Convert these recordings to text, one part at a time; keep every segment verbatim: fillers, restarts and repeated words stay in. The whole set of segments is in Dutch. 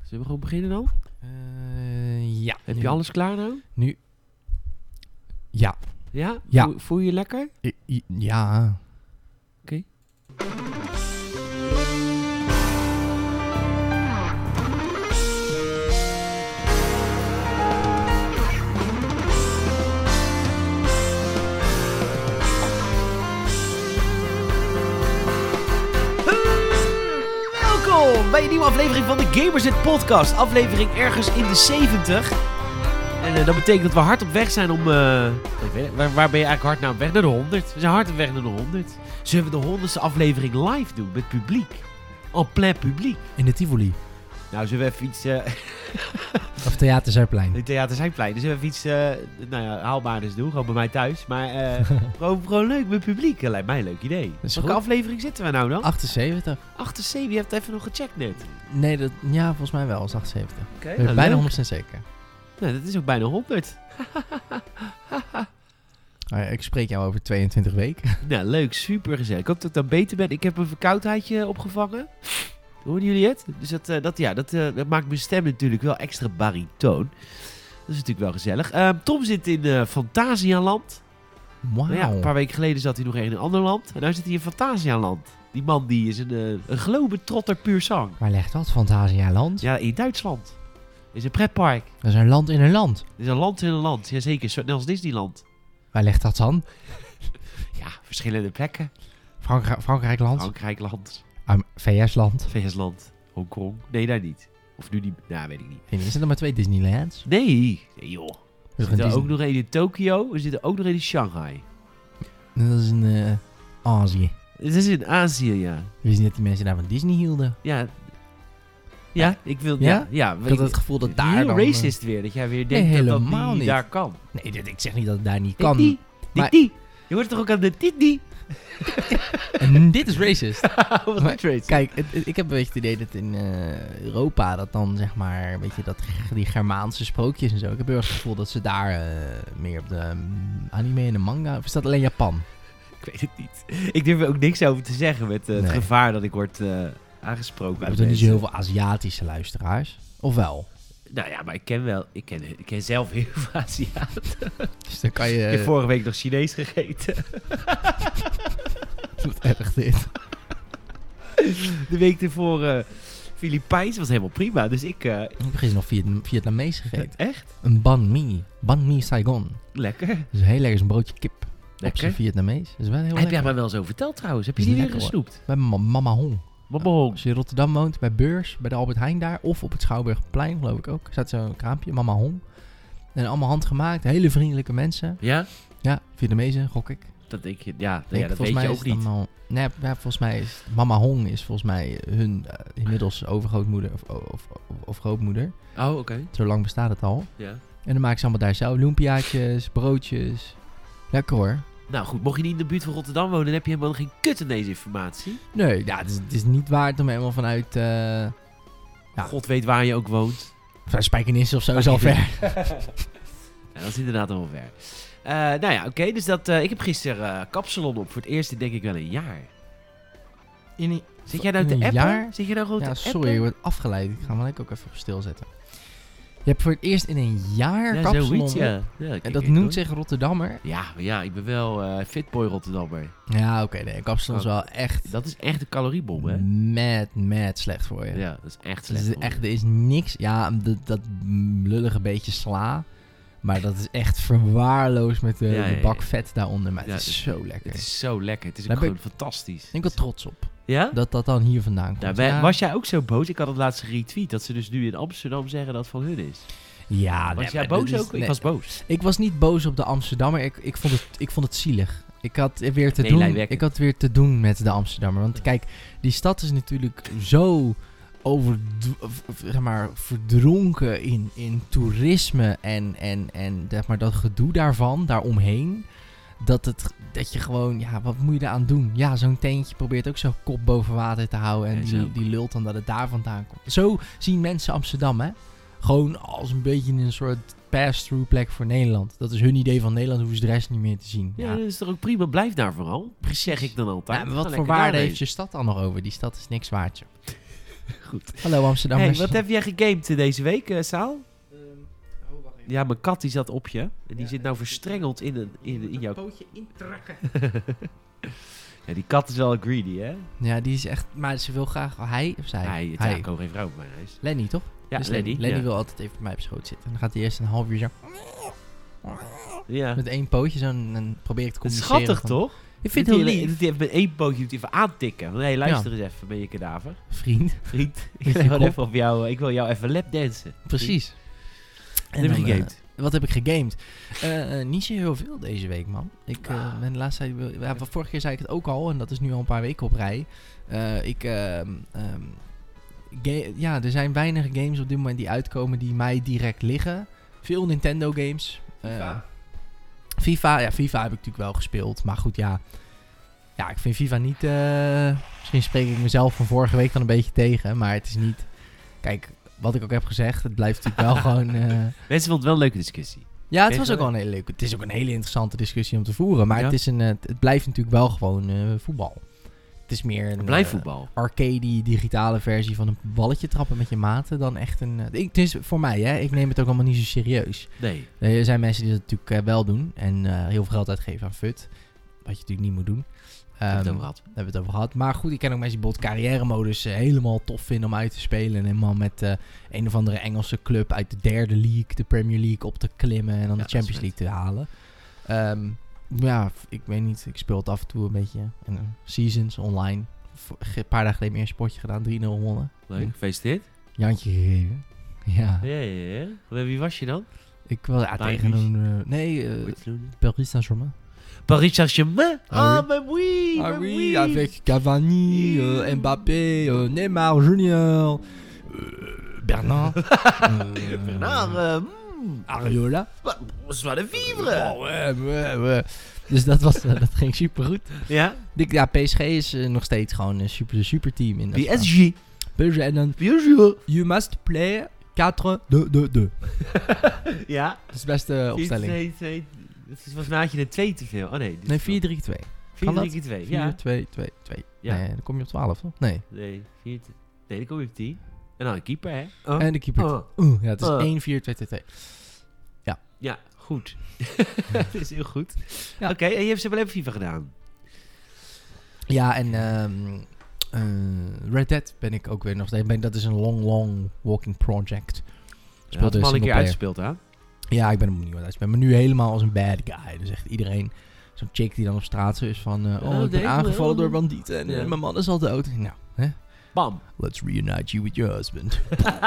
Zullen we gewoon beginnen dan? Uh, ja. Heb nu. je alles klaar nou? Nu. Ja. Ja? Ja. Voel, voel je je lekker? I- I- ja. Oké. Welkom bij een nieuwe aflevering van de Gamerzit podcast. Aflevering ergens in de zeventig. En uh, dat betekent dat we hard op weg zijn om... Uh, ik weet het, waar, waar ben je eigenlijk hard naar op weg? Naar de honderd. We zijn hard op weg naar de honderd. Zullen we de honderdste aflevering live doen met publiek? En plein publiek. In de Tivoli. Nou, zullen we even iets... Uh, Of Theater Zuidplein. Het Theater Zijnplein. Dus zullen we even iets uh, nou ja, haalbaarders doen. Gewoon bij mij thuis. Maar uh, gewoon, gewoon leuk met publiek. Dat lijkt mij een leuk idee. is Welke goed. aflevering zitten we nou dan? achtenzeventig. achtenzeventig. Je hebt het even nog gecheckt net. Nee, dat, ja, volgens mij wel. Dat is achtenzeventig. Oké, Okay, nou, bijna leuk. honderd procent zeker. Nou, dat is ook bijna honderd. Maar ik spreek jou over tweeëntwintig weken. Nou, leuk. Super gezellig. Ik hoop dat ik dan beter ben. Ik heb een verkoudheidje opgevangen. Hoorden jullie het? Dus dat, uh, dat, ja, dat, uh, dat maakt mijn stem natuurlijk wel extra baritoon. Dat is natuurlijk wel gezellig. Uh, Tom zit in uh, Fantasialand. Wauw. Nou ja, een paar weken geleden zat hij nog in een ander land. En nu zit hij in Fantasialand. Die man die is een, uh, een globetrotter puur zang. Waar ligt dat? Fantasialand? Ja, in Duitsland. Is een pretpark. Dat is een land in een land. Het is een land in een land. Jazeker, net als Disneyland. Waar ligt dat dan? Ja, verschillende plekken. Frankra- Frankrijkland? Frankrijkland, Um, V S-land? V S-land, Hongkong. Nee, daar niet. Of nu niet. Nou, weet ik niet. Is er dan maar twee Disneylands? Nee, nee joh. Er Er is zit er een ook nog een in Tokio. Er zit er ook nog een in Shanghai. Dat is in uh, Azië. Het is in Azië, ja. Ik wist niet dat die mensen daar van Disney hielden. Ja. Ja, ik wil... Ja? Ja, ja, Ik had het gevoel dat daar heel dan... racist weer. Dat jij weer denkt Nee, dat dat helemaal niet niet. daar kan. Uh, nee, dit- ik zeg niet dat het daar niet kan. Dit maar- die. Je hoort toch ook aan de dit En dit is racist. Wat Maar- is racist? Kijk, het, het- ik heb een beetje het idee dat in uh, Europa dat dan zeg maar, weet je, dat, die Germaanse sprookjes en zo. Ik heb heel erg het gevoel dat ze daar uh, meer op de um, anime en de manga, of is dat alleen Japan? Ik weet het niet. Ik durf er ook niks over te zeggen met uh, het Nee. gevaar dat ik word uh, aangesproken. We uit hebben toch niet zo mensen. heel veel Aziatische luisteraars? Of wel? Nou ja, maar ik ken wel... Ik ken, ik ken zelf heel veel Aziaten. Dus dan kan je... Ik heb vorige week nog Chinees gegeten. Wat erg dit. De week ervoor uh, Filipijns. was helemaal prima. Dus ik... Uh, Ik heb gisteren nog Vietnam, Vietnamees gegeten. echt? Een banh mi. Banh mi Saigon. Lekker. Dat is heel lekker, is een broodje kip. Op Lekker. zijn Vietnamees. Dat is wel heel Heb lekker. jij mij wel zo verteld trouwens? Heb je Is die weer lekker, hoor. gesnoept? Bij ma- Mama Hong. Mama Hong. Als je in Rotterdam woont, bij Beurs, bij de Albert Heijn daar, of op het Schouwburgplein, geloof ik ook, staat zo'n kraampje, Mama Hong. En allemaal handgemaakt, hele vriendelijke mensen. Ja? Ja, Vietnamezen, gok ik. Dat denk je... Ja, Nee, ja dat weet volgens je mij ook is het niet. allemaal- nee, ja, volgens mij is Mama Hong is volgens mij hun uh, inmiddels overgrootmoeder of, of, of, of grootmoeder. Oh, oké. Okay. Zo lang bestaat het al. Ja. En dan maken ze allemaal daar zelf lumpiaatjes, broodjes. Lekker hoor. Nou goed, mocht je niet in de buurt van Rotterdam wonen, dan heb je helemaal geen kut in deze informatie. Nee, ja, het, is, het is niet waard om helemaal vanuit uh, ja. God weet waar je ook woont. vanuit Spijkenisse of zo, is al ver. Ja, dat is inderdaad al wel ver. Uh, nou ja, oké. Okay, dus dat, uh, ik heb gisteren uh, Kapsalon op. Voor het eerst in denk ik wel een jaar. In een, Zit jij nou in te een appen? jaar? Zit jij nou gewoon Ja, te sorry, appen? je wordt afgeleid. Ik ga hem ook even op stilzetten. Je hebt voor het eerst in een jaar Ja, Kapsalon zoiets, op. ja. ja En kijk, dat kijk, noemt hoor. zich Rotterdammer. Ja, maar ja, ik ben wel uh, fitboy Rotterdammer. Ja, oké. Okay, nee, Kapsalon is wel echt Dat is echt een caloriebom, hè? mad, mad slecht voor je. Ja, dat is echt Het slecht. is voor echt, je. er is niks. Ja, dat, dat lullige beetje sla. Maar dat is echt verwaarloosd met de, Ja, ja, de ja. bak vet daaronder. Maar Ja, het is het- zo lekker. Het is zo lekker. Het is Daar ook ben gewoon fantastisch. Ik ben wel trots op. Ja? Dat dat dan hier vandaan komt. Nou, ben- ja, Was jij ook zo boos? Ik had het laatst geretweet dat ze dus nu in Amsterdam zeggen dat het van hun is. ja, Was nee, jij maar boos dat is- ook? nee. Ik was boos. Ik was niet boos op de Amsterdammer. Ik, ik, vond, het, ik vond het zielig. Ik had weer te Nee, doen. lijwekkend. Ik had weer te doen met de Amsterdammer. Want kijk, die stad is natuurlijk zo over, zeg maar, verdronken in, in toerisme en, en, en zeg maar, dat gedoe daarvan, daaromheen. Dat, het, dat je gewoon, ja, wat moet je eraan doen? Ja, zo'n teentje probeert ook zo'n kop boven water te houden. En Ja, die, zo. die lult dan dat het daar vandaan komt. Zo zien mensen Amsterdam, hè? Gewoon als een beetje een soort pass-through plek voor Nederland. Dat is hun idee van Nederland, hoeven ze de rest niet meer te zien. Ja, Ja. dat is toch ook prima. Blijf daar vooral. Zeg ik dan altijd. Ja, maar Ga wat voor lekker waarde daarheen. heeft je stad dan nog over? Die stad is niks waard, joh. Goed. Hallo Amsterdam. Hey, wat heb jij gegamed deze week, uh, Saal? Ja, mijn kat die zat op je. En die ja, zit nou verstrengeld in, een, in, in jouw... pootje intrakken. Ja, die kat is wel greedy, hè? Ja, die is echt... Maar ze wil graag... Hij of zij? Hij, het hij. Ja, ik ook geen vrouw op mijn huis. Lenny, toch? Ja, dus Lenny. Lenny ja. wil altijd even bij mij op schoot zitten. En dan gaat hij eerst een half uur zo... Ja. Met één pootje zo en dan probeer ik te communiceren. Schattig, van, toch? Ik vind het heel lief. Dat hij even met één pootje even aantikken. Hé, hey, luister ja. eens even, ben je kadaver? Vriend. Vriend. Ik, wil even op jou, ik wil jou even lapdansen. Precies. En heb je gegamed? Uh, wat heb ik gegamed? Uh, uh, niet zo heel veel deze week, man. Ik uh, ben de laatste tijd... Ja, vorige keer zei ik het ook al, en dat is nu al een paar weken op rij. Uh, ik... Uh, um, ga- ja, er zijn weinig games op dit moment die uitkomen die mij direct liggen. Veel Nintendo games. Uh, FIFA. FIFA, ja, FIFA heb ik natuurlijk wel gespeeld. Maar goed, ja... Ja, ik vind FIFA niet... Uh, misschien spreek ik mezelf van vorige week dan een beetje tegen. Maar het is niet... Kijk, wat ik ook heb gezegd, het blijft natuurlijk wel gewoon... Uh, Mensen vonden het wel een leuke discussie. Ja, het was ook wel een hele leuke... Het is ook een hele interessante discussie om te voeren. Maar ja. het, is een, uh, het blijft natuurlijk wel gewoon uh, voetbal. Het is meer een blijft voetbal. Uh, arcade digitale versie van een balletje trappen met je maten dan echt een... Uh, het is voor mij, hè. Ik neem het ook allemaal niet zo serieus. Nee. Er zijn mensen die dat natuurlijk uh, wel doen. En uh, heel veel geld uitgeven aan fut. Wat je natuurlijk niet moet doen. Um, hebben we het over gehad. Hebben we het over gehad. Maar goed, ik ken ook mensen die bijvoorbeeld carrière-modus uh, helemaal tof vinden om uit te spelen. En helemaal met uh, een of andere Engelse club uit de derde league, de Premier League, op te klimmen en dan ja, de Champions League te halen. Um, ja, ik weet niet. Ik speel het af en toe een beetje. En, uh, seasons online. Een paar dagen geleden meer een sportje gedaan. drie nul gewonnen. Leuk, gefeliciteerd. Jantje gegeven. Ja. Ja, ja, ja. Wie was je dan? Ik wil ja, tegen een... Uh, nee, uh, Paris Saint-Germain. Paris Saint-Germain? Ah, mais oui, ah mais oui, oui. Avec Cavani, euh, Mbappé, euh, Neymar Junior, euh, Bernard. euh, Bernard, euh, mm, Ariola. Zwaar de vivre. Oh, ouais, ouais, ouais. Dus dat, was, uh, dat ging super goed. Ja? Ik, ja, P S G is uh, nog steeds gewoon een super, super team. In P S G. P S G en dan... P S G. You must play vier twee twee twee. Ja. Dat is de beste opstelling. twee twee Volgens mij had je er twee te veel. Oh nee. Nee, vier drie twee. vier drie twee, ja. vier twee twee twee. Ja. Nee, dan kom je op twaalf, toch? Nee. Nee, vier, nee, dan kom je op tien. En dan een keeper, hè? Oh. En de keeper. Oh. Uh, ja, het is oh. één vier twee twee twee. Ja. Ja, goed. Dat is heel goed. Ja. Oké, okay, en je hebt ze wel even FIFA gedaan. Ja, en um, uh, Red Dead ben ik ook weer nog steeds. Dat is een long, long walking project. Je had hem al een keer uitgespeeld, hè? Ja, ik ben hem opnieuw aan het uitspelen. Maar nu helemaal als een bad guy. Dus echt iedereen, zo'n chick die dan op straat zo is van... Uh, oh, oh, ik ben aangevallen door bandieten en ja. uh, mijn man is al dood. Nou, hè? Bam. Let's reunite you with your husband.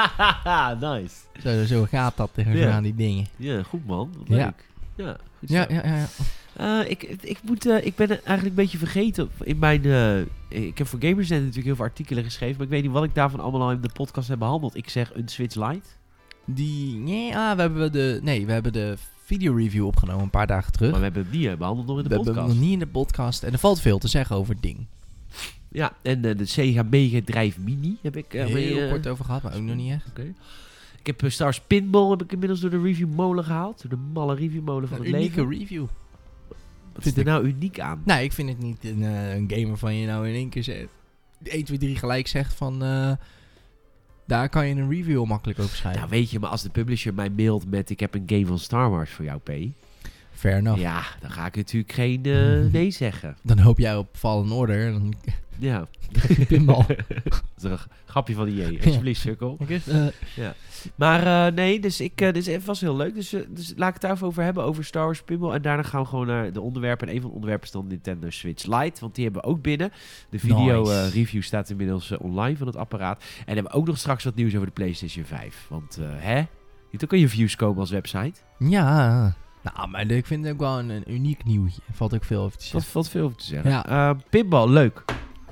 Nice. Zo, zo gaat dat tegen ja. zo aan die dingen. Ja, goed man. Leuk. Ja, ja, goed ja, ja, ja, ja. Uh, ik, ik, moet, uh, ik ben eigenlijk een beetje vergeten in mijn... Uh, ik heb voor Gamersnet natuurlijk heel veel artikelen geschreven, maar ik weet niet wat ik daarvan allemaal al in de podcast heb behandeld. Ik zeg een Switch Lite. Die... Nee, ah, we hebben de... Nee, we hebben de video-review opgenomen een paar dagen terug. Maar we hebben het niet behandeld nog in de we podcast. We hebben het nog niet in de podcast. En er valt veel te zeggen over het ding. Ja, en uh, de Sega Mega Drive Mini heb ik... Uh, heel mee, uh, kort over gehad, maar ook nog niet echt. Okay. Ik heb uh, Stars Pinball heb ik inmiddels door de review molen gehaald. Door de malle review molen van een het unieke leven. review. Wat is er nou uniek aan? Nou, ik vind het niet een, uh, een game waarvan je nou in één keer zegt... één, twee, drie gelijk zegt van... Uh, daar kan je een review makkelijk over schrijven. Nou weet je, maar als de publisher mij mailt met... ik heb een game van Star Wars voor jou, P. Fair enough. Ja, dan ga ik natuurlijk geen uh, nee zeggen. Dan hoop jij op Fallen Order. Dan ja. Pinball. Dat is een grapje van die J. Alsjeblieft, Cirkel. Okay. Uh. Ja. Maar uh, nee, dus ik, uh, dit was heel leuk. Dus, uh, dus laat ik het daarover over hebben, over Star Wars Pinball. En daarna gaan we gewoon naar de onderwerpen. En een van de onderwerpen is dan Nintendo Switch Lite. Want die hebben we ook binnen. De video nice. uh, review staat inmiddels uh, online van het apparaat. En hebben we ook nog straks wat nieuws over de PlayStation vijf. Want, uh, hè? Niet ook aan je views komen als website? Ja, nou, maar ik vind het ook wel een, een uniek nieuwtje. Er valt ook veel over te zeggen. Er valt veel over te zeggen. Ja. Uh, pinball, leuk.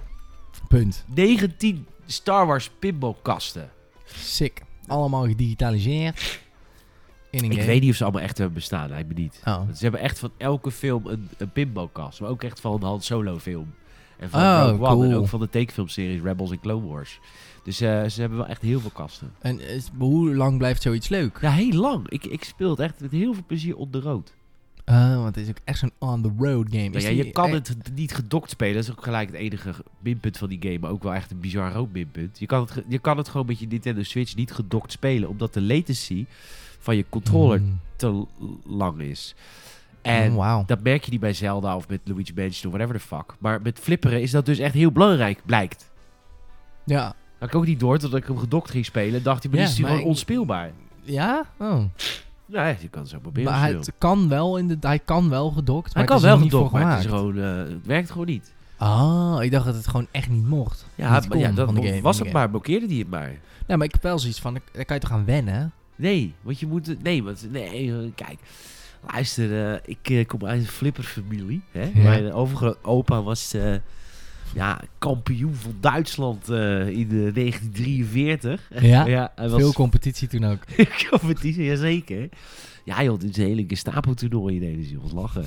Punt. negentien Star Wars pinballkasten. Sick. Allemaal gedigitaliseerd. In een ik game. weet niet of ze allemaal echt hebben bestaan, lijkt me niet. Oh. Want ze hebben echt van elke film een, een pinballkast. Maar ook echt van de Han Solo film. En van oh, Rogue One. Cool. En ook van de tekenfilmseries Rebels en Clone Wars. Dus uh, ze hebben wel echt heel veel kasten. En uh, hoe lang blijft zoiets leuk? Ja, heel lang. Ik, ik speel het echt met heel veel plezier op de rood. Uh, want het is ook echt zo'n on-the-road game. Nou Is ja, die- je kan eh, het niet gedokt spelen. Dat is ook gelijk het enige minpunt van die game. Maar ook wel echt een bizar ook minpunt. Je kan, het, ge- je kan het gewoon met je Nintendo Switch niet gedokt spelen. Omdat de latency van je controller mm. te l- lang is. En Oh, wauw. dat merk je niet bij Zelda of met Luigi Mansion of whatever the fuck. Maar met flipperen is dat dus echt heel belangrijk, blijkt. Ja. Dat ik ook niet door, totdat ik hem gedokt ging spelen. Dacht ik, maar Ja, die is hij maar gewoon ik- onspeelbaar. Ja? Oh. Ja, je kan het zo proberen. Maar het kan wel in de, hij kan wel gedokt, Hij maar kan het is wel er niet gedokt, voor maar het, is gemaakt. gewoon, eh, het werkt gewoon niet. Ah, ik dacht dat het gewoon echt niet mocht. Ja, Niet maar ja kon dat van de mo- game, was van het de maar. Blokkeerde die het maar. game. Nou, maar ik heb wel zoiets van, daar kan je toch aan wennen? Nee, want je moet... Nee, want... Nee, eh, kijk. Luister, eh, ik eh, kom uit een flipperfamilie. Hè? Ja. Mijn overgroot opa was... eh, ja, kampioen van Duitsland eh, in eh, negentien drieënveertig. Ja? ja hij Veel was competitie toen ook. competitie, jazeker. Ja joh, dit is een hele Gestapo-toernooi deden ze, ons lachen.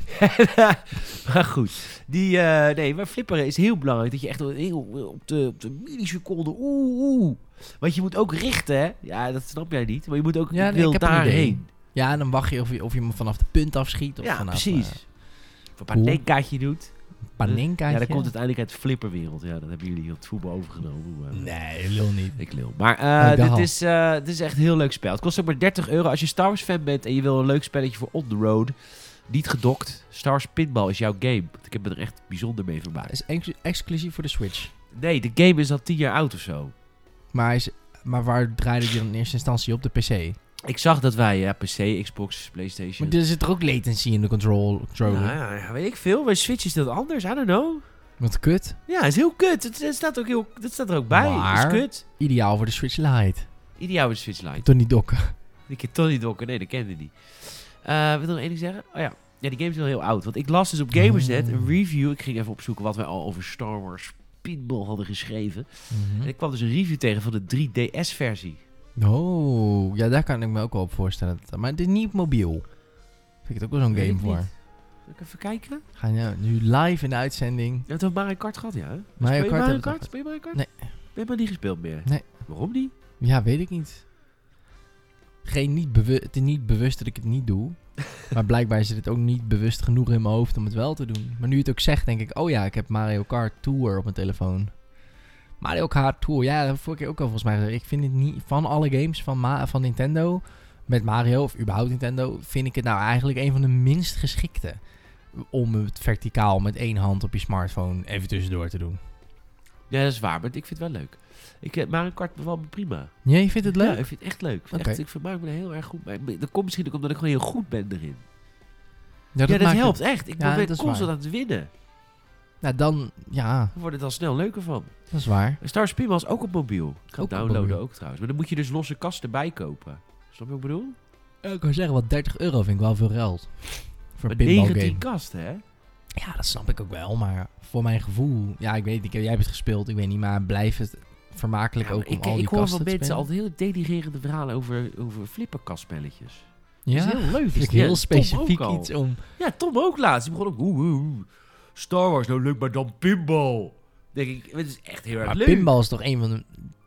Maar goed, die, eh, nee, maar flipperen is heel belangrijk. Dat je echt heel, op, de, op de milliseconde, oeh, oeh. Want je moet ook richten, hè. Ja, dat snap jij niet. Maar je moet ook, Ja, ik nee, wil ik heb een daarheen. idee. Ja, en dan wacht je of je, of je hem vanaf de punt afschiet. Of Ja, vanaf, precies. eh, Of een cool. panenkaatje doet. panenkaatje. Ja, dat komt uiteindelijk uit de flipperwereld. Ja, dat hebben jullie op het voetbal overgenomen. Maar, Nee, lul niet. Ik lul. Maar Oh, eh ik dacht dit, al. is, eh, dit is echt een heel leuk spel. Het kost ook maar dertig euro. Als je Star Wars fan bent en je wil een leuk spelletje voor on the road. Niet gedokt. Star Wars Pinball is jouw game. Ik heb me er echt bijzonder mee vermaakt. Is ex- exclusief voor de Switch. Nee, de game is al tien jaar oud of zo. Maar, hij is, maar waar draaide die dan in eerste instantie op? De P C? Ik zag dat wij, ja, P C, Xbox, PlayStation. Maar er zit er ook latency in de control controller. Ja, ja, ja, weet ik veel. Bij Switch is dat anders. I don't know. Wat kut. Ja, het is heel kut. Het, het staat ook heel, dat staat er ook bij. Maar- Het is kut. Ideaal voor de Switch Lite. Ideaal met de Switch Lite. Toch niet dokken. Die keer Tony Dokken, nee, dat kende die. Eh wil ik nog één ding zeggen? Oh ja. Ja, die game is wel heel oud. Want ik las dus op Gamersnet een review. Ik ging even opzoeken wat wij al over Star Wars Pinball hadden geschreven. En ik kwam dus een review tegen van de drie D S-versie. Oh, ja, daar kan ik me ook wel op voorstellen. Maar dit is niet mobiel. Vind ik het ook wel zo'n Weet game ik voor. niet. Zal ik even kijken? Ga je nu live in de uitzending. Je hebt wel Mario Kart gehad, ja? hè? Mario Speel je Kart Mario heb ik Kart? nog- Speel je Mario Kart? Nee. Ben je maar niet gespeeld meer? Nee. Waarom niet? Ja, weet ik niet. Geen niet bewu- het is niet bewust dat ik het niet doe. Maar blijkbaar zit het ook niet bewust genoeg in mijn hoofd om het wel te doen. Maar nu je het ook zegt, denk ik... Oh ja, ik heb Mario Kart Tour op mijn telefoon. Mario Kart Tour. Ja, dat heb ik vorige keer ook al volgens mij gezegd. Ik vind het niet... Van alle games van, Ma- van Nintendo... Met Mario, of überhaupt Nintendo... Vind ik het nou eigenlijk een van de minst geschikte. Om het verticaal met één hand op je smartphone even tussendoor te doen. Ja, dat is waar. Maar ik vind het wel leuk. Ik, eh, Mario Kart wel prima. Ja, je vindt het leuk? Ja, ik vind het echt leuk. Ik vind Oké. echt, ik vermaak me er heel erg goed bij. Dat komt misschien ook omdat ik gewoon heel goed ben erin. Ja, Ja, dat maakt helpt het- echt. Ik Ja, ben dat is constant waar. aan het winnen. Nou, dan... Ja, Daar wordt het al snel leuker van. dat is waar. En Star Wars Pinball is ook op mobiel. Ik ga Ook het op downloaden mobiel. ook trouwens. Maar dan moet je dus losse kasten erbij kopen. Snap je wat ik bedoel? Ik kan zeggen, wat dertig euro vind ik wel veel geld. Voor een Maar pinball negentien game. kasten, hè? Ja, dat snap ik ook wel, maar voor mijn gevoel... Ja, ik weet niet, jij hebt het gespeeld, ik weet niet, maar blijft het vermakelijk Ja, ook maar om ik al die ik hoor kasten van te mensen spelen? altijd heel denigrerende verhalen over, over flipperkastspelletjes. Ja, Dat is heel leuk. vind Is ik die- heel Tom specifiek ook al. iets om... Ja, Tom ook laatst. Die begon ook... Oeh, oeh, oeh. Star Wars, nou leuk, maar dan pinball. Denk ik, het is echt heel erg Maar leuk. pinball is toch een van de...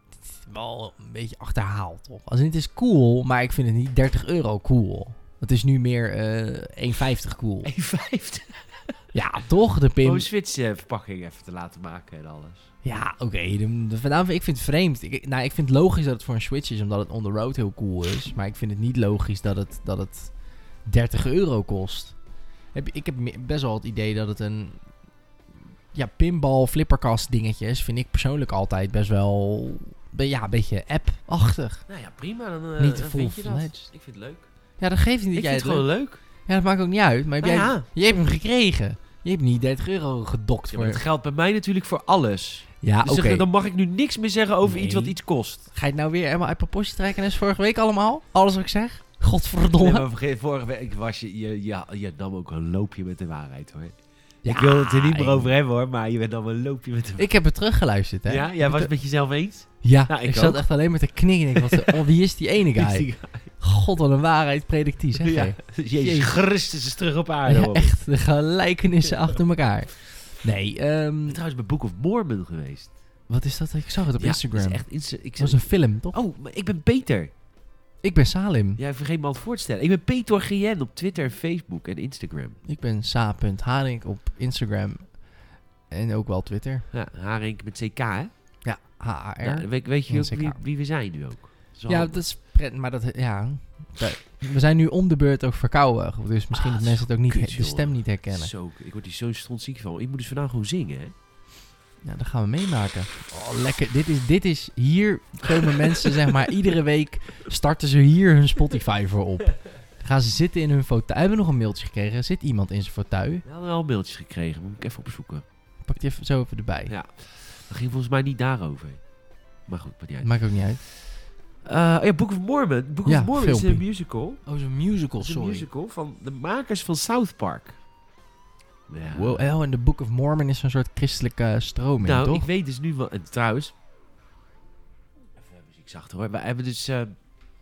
Wel een beetje achterhaald, toch? Als in, het is cool, maar ik vind het niet dertig euro cool. Het is nu meer eh één vijftig cool. één vijftig. Ja, toch? De pin... Om een Switch-verpakking even te laten maken en alles. Ja, oké. de- de- vandaar- Ik vind het vreemd. Ik, nou, ik vind het logisch dat het voor een Switch is, omdat het on the road heel cool is. Maar ik vind het niet logisch dat het, dat het dertig euro kost. Heb, je- ik heb me- best wel het idee dat het een... Ja, pinball, flipperkast dingetjes vind ik persoonlijk altijd best wel... be- Ja, een beetje app-achtig. Nou ja, prima. Dan, uh, Niet dan full vind je dat. fledged. Ik vind het leuk. Ja, dat geeft niet dat Ik jij vind het het gewoon leuk... leuk. Ja, dat maakt ook niet uit. Maar heb Nou jij, ja. je hebt hem gekregen. Je hebt niet dertig euro gedokt Ja, voor... maar het geldt bij mij natuurlijk voor alles. Ja, Dus oké. zeg, dan mag ik nu niks meer zeggen over Nee. iets wat iets kost. Ga je het nou weer helemaal uit proportie trekken als vorige week allemaal? Alles wat ik zeg? Nee, Godverdomme. maar vergeet, vorige week was je, je, je, je nam ook een loopje met de waarheid, hoor. Ja, ik wil het er niet meer ik- over hebben, hoor, maar je bent nam een loopje met de waarheid. Ik heb het teruggeluisterd, hè? Ja, jij was het met jezelf eens? Ja, Nou, ik, ik zat ook. echt alleen maar te knikken. Ik dacht, oh, wie is die ene guy? God, wat een waarheid predictie, zeg Ja, jij. Jezus Jezus. Christus is terug op aarde. Ja, hoor. echt, de gelijkenissen achter elkaar. Nee, Ik ehm ben trouwens bij Book of Mormon geweest. wat is dat? Ik zag het op Ja, Instagram. dat is Het echt Insta- ik was zeg- een film, toch? Oh, maar ik ben Peter. Ik ben Salim. Ja, vergeet me al voor te stellen. Ik ben Peter G N op Twitter en Facebook en Instagram. Ik ben sa punt haring op Instagram. En ook wel Twitter. Ja, Haring met C K, hè? Ja, H A R. Ja, weet, weet je en ook C K. wie, wie we zijn nu ook? Dat Ja, handig. dat is pret, maar dat, ja. We zijn nu om de beurt ook verkouden. Dus misschien Ah, dat mensen het ook niet, kut, de joh. stem niet herkennen. Zo, ik word hier zo strontziek van. Ik moet dus vandaag gewoon zingen, hè? Ja, dat gaan we meemaken. Oh, lekker. Dit is, dit is, hier komen mensen, zeg maar, iedere week starten ze hier hun Spotify voor op. Gaan ze zitten in hun fauteuil. We hebben nog een mailtje gekregen. Zit iemand in zijn fauteuil? We hadden wel mailtjes gekregen, moet ik even opzoeken. Pak die even zo even erbij. Ja, dat ging volgens mij niet daarover. Maar goed, maakt niet uit. Maakt ook niet uit. Uh, oh ja, Book of Mormon. Book Ja, of Mormon is filmpje. een musical. Oh, zo'n musical, Het is een sorry. musical van de makers van South Park. Ja. Wow, oh, en de Book of Mormon is zo'n soort christelijke stroming, Nou, toch? ik weet dus nu wel... En trouwens... Even muziek zachter hoor. We hebben dus... Uh, het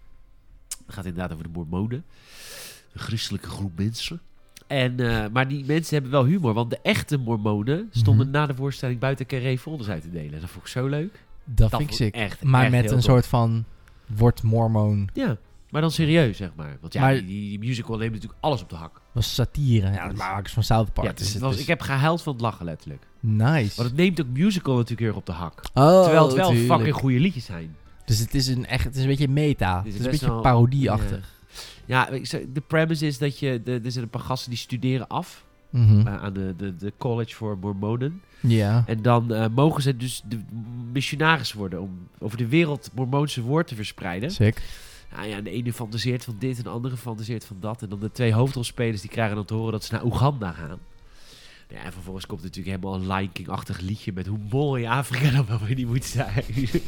gaat inderdaad over de Mormonen. Een christelijke groep mensen. En, uh, maar die mensen hebben wel humor. Want de echte Mormonen stonden Mhm. na de voorstelling buiten Carré folders uit te delen. Dat vond ik zo leuk. Dat, Dat vind ik vond ik sick. echt- maar echt met heel een tof. soort van... Wordt mormoon. Ja, maar dan serieus, zeg maar. Want ja, Maar- die, die musical neemt natuurlijk alles op de hak. Was satire. Ja, dat makers van South Park. Ja, het is- dus het het was, is ik heb gehuild van het lachen, letterlijk. nice. Want het neemt ook musical natuurlijk heel erg op de hak. Oh, Terwijl het wel tuurlijk. fucking goede liedjes zijn. Dus het is een echt, het is een beetje meta. Het Het is is, een best beetje wel- parodieachtig. Ja, ik zeg, de premise is dat je... De, er zijn een paar gasten die studeren af Mhm. uh, aan de, de, de College for Mormonen. Ja. En dan uh, mogen ze dus de missionaris worden om over de wereld het Mormoonse woord te verspreiden. Sick. Ja, ja, de ene fantaseert van dit en de andere fantaseert van dat. En dan de twee hoofdrolspelers die krijgen dan te horen dat ze naar Oeganda gaan. Ja, en vervolgens komt er natuurlijk helemaal een Lion King-achtig liedje met hoe mooi Afrika dan wel weer niet moet zijn.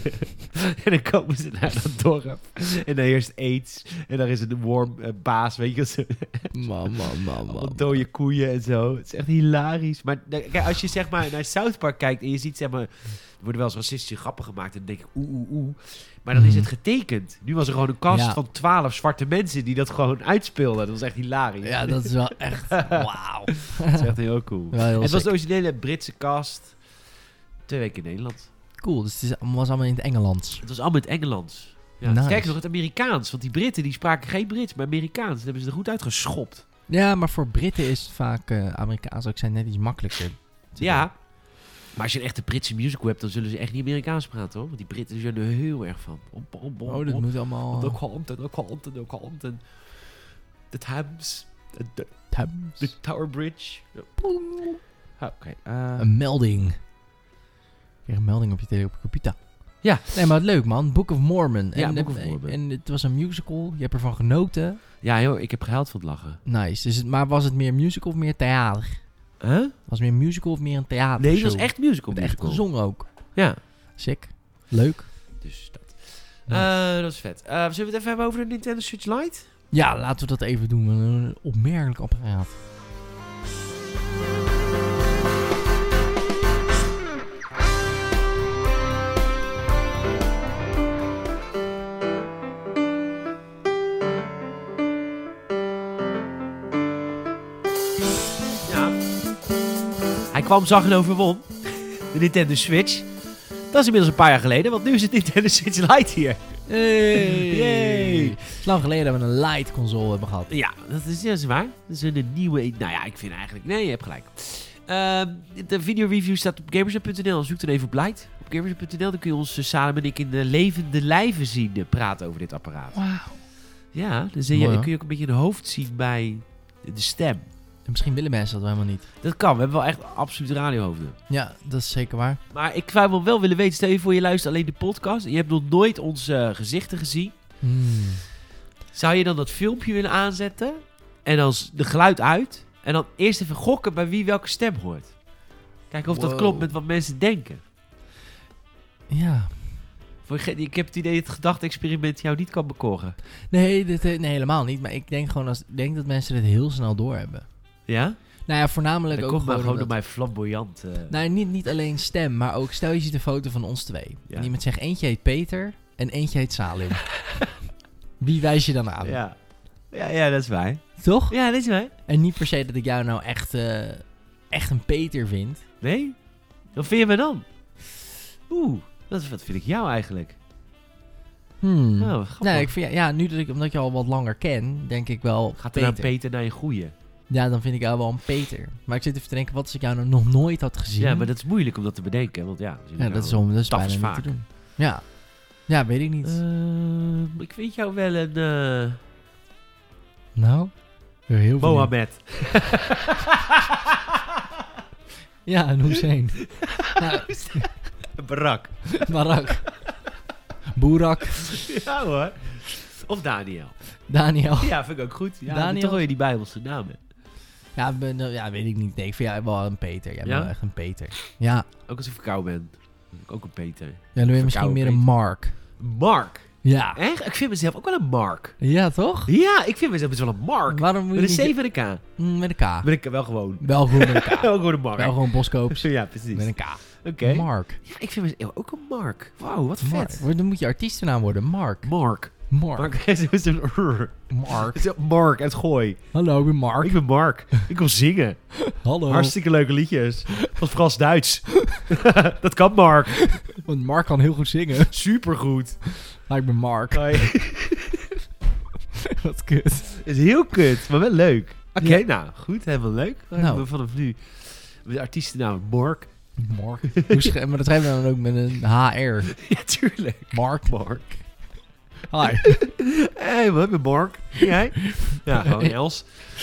En dan komen ze naar dat dorp. En dan eerst aids. En dan is het een worm uh, baas, weet je. Zo. Man, man, man, Allemaal man. dode koeien en zo. Het is echt hilarisch. Maar nou, kijk, als je zeg maar naar South Park kijkt en je ziet zeg maar... Er worden wel eens racistische grappen gemaakt en dan denk ik oeh, oeh, oeh. Maar dan is het getekend. Nu was er gewoon een cast Ja. van twaalf zwarte mensen die dat gewoon uitspeelden. Dat was echt hilarisch. Ja, dat is wel echt... Wauw. Dat is echt heel cool. Wel heel Het was sick. de originele Britse cast. Twee weken in Nederland. Cool, dus het is, was allemaal in het Engels. Het was allemaal in het Engels. Ja. Nice. Kijk nog het Amerikaans. Want die Britten die spraken geen Brits, maar Amerikaans. Dat hebben ze er goed uitgeschopt. Ja, maar voor Britten is het vaak uh, Amerikaans ook zijn net iets makkelijker. te Ja. Maar als je een echte Britse musical hebt, dan zullen ze echt niet Amerikaans praten hoor. Want die Britten zijn er heel erg van. Om, om, doen. om, Oh, dat om. moet allemaal... De kant en de kant en de kant en de Thames, en de, Thames. de Tower Bridge. Ja. Ah, Oké. eh, Een melding. Ik kreeg een melding op je, tele- op je computer. Ja. Nee, maar wat leuk man. Book of Mormon. Ja, en, Book of en- Mormon. En het was een musical. Je hebt ervan genoten. ja, joh, ik heb gehuild van het lachen. Nice. Dus het, maar was het meer musical of meer theater? Huh? Was het meer musical of meer een theater? Nee, dat was echt musical. Echt musical. gezongen ook. Ja. Sick. Leuk. Dus dat. Nice. Eh, dat is vet. Eh, zullen we het even hebben over de Nintendo Switch Lite? Ja, laten we dat even doen. Een opmerkelijk apparaat. Ja. Hij kwam, zag en overwon. De Nintendo Switch. Dat is inmiddels een paar jaar geleden, want nu is het Nintendo Switch Lite hier. Hey. Yay. Het is lang geleden dat we een light console hebben gehad. Ja, dat is, dat is waar. Dat is een nieuwe... Nou ja, ik vind eigenlijk... Nee, je hebt gelijk. Ehm, de video-review staat op gamersnet punt n l. Zoek dan even op Lite. Op gamersnet punt n l dan kun je ons uh, Salem en ik in de levende lijven zien uh, praten over dit apparaat. Wauw. Ja, dan zie je, Mooi, hoor. kun je ook een beetje een hoofd zien bij de stem. En misschien willen mensen dat wel helemaal niet. Dat kan. We hebben wel echt absoluut radiohoofden. Ja, dat is zeker waar. Maar ik zou wel wel willen weten, stel je voor je luistert alleen de podcast en je hebt nog nooit onze uh, gezichten gezien. Hmm. Zou je dan dat filmpje willen aanzetten en dan s- de geluid uit en dan eerst even gokken bij wie welke stem hoort? Kijken of dat Wow. klopt met wat mensen denken. Ja. Voor ge- Ik heb het idee dat het gedachte-experiment jou niet kan bekoren. Nee, dit, eh, nee, helemaal niet. Maar ik denk gewoon als, ik denk dat mensen dit heel snel doorhebben. Ja? Nou ja, voornamelijk Dan ook komt maar gewoon gewoon door omdat- mijn flamboyant... uh, Nou, niet, niet alleen stem, maar ook stel je ziet een foto van ons twee. Ja. En iemand zegt eentje heet Peter en eentje heet Salim. Wie wijs je dan aan? ja. Ja, ja, dat is waar. Toch? Ja, dat is waar. En niet per se dat ik jou nou echt, eh, echt een Peter vind. Nee? Wat vind je me dan? Oeh, dat is, wat vind ik jou eigenlijk? Hmm. Oh, grappig. Nee, ik vind, ja, ja, nu dat ik, omdat je al wat langer ken, denk ik wel Gaat er Peter. nou Peter naar je goeie? Ja, dan vind ik jou wel een Peter. Maar ik zit even te denken, wat als ik jou nou nog nooit had gezien? Ja, maar dat is moeilijk om dat te bedenken. Want ja, Ja, dat is, om, dat is bijna niet vaak. te doen. Ja. Ja, weet ik niet. Uh, ik vind jou wel een... Uh... Nou? Heel veel. Mohammed. Ja, een Hussein. Ja. Barak. Barak. Boerak. Ja hoor. Of Daniel. Daniel. Ja, vind ik ook goed. Ja, Daniel. toch wil je die Bijbelse namen. Ja, ben, ja, weet ik niet. Nee, ik vind jij wel een Peter. Jij bent Ja? wel echt een Peter. Ja. Ook als ik verkouden ben. Ben ik ook een Peter. Ja, dan ben je misschien meer een Mark. Mark? Ja. Echt? Ik vind mezelf ook wel een Mark. Ja, toch? Ja, ik vind mezelf best wel een Mark. Waarom moet je Met een niet... C met een K. Mm, met een K. Met een K, wel gewoon. Wel gewoon met een K. Wel gewoon een Mark. Wel gewoon Boskoops. Ja, precies. Met een K. Oké. Okay. Mark. Ja, ik vind mezelf ook een Mark. Wauw, wat Mark. vet. Dan moet je artiestennaam worden. Mark. Mark. Mark. Mark is een R. Mark. Mark uit Gooi. Hallo, ik ben Mark. Ik ben Mark. Ik wil zingen. Hallo. Hartstikke leuke liedjes. Van Frans-Duits. Dat kan Mark. Want Mark kan heel goed zingen. Supergoed. Ah, ik ben Mark. Hoi. Wat kut. Is heel kut, maar wel leuk. Oké, okay, Ja. nou, goed. Helemaal leuk. Dan Nou. hebben we vanaf nu de artiestennaam Mark. Mark. Hoe sch- maar dat schrijven we dan ook met een H R. Ja, tuurlijk. Mark. Mark. Hi. Hé, wat ben Mark? Jij? Ja, gewoon Els.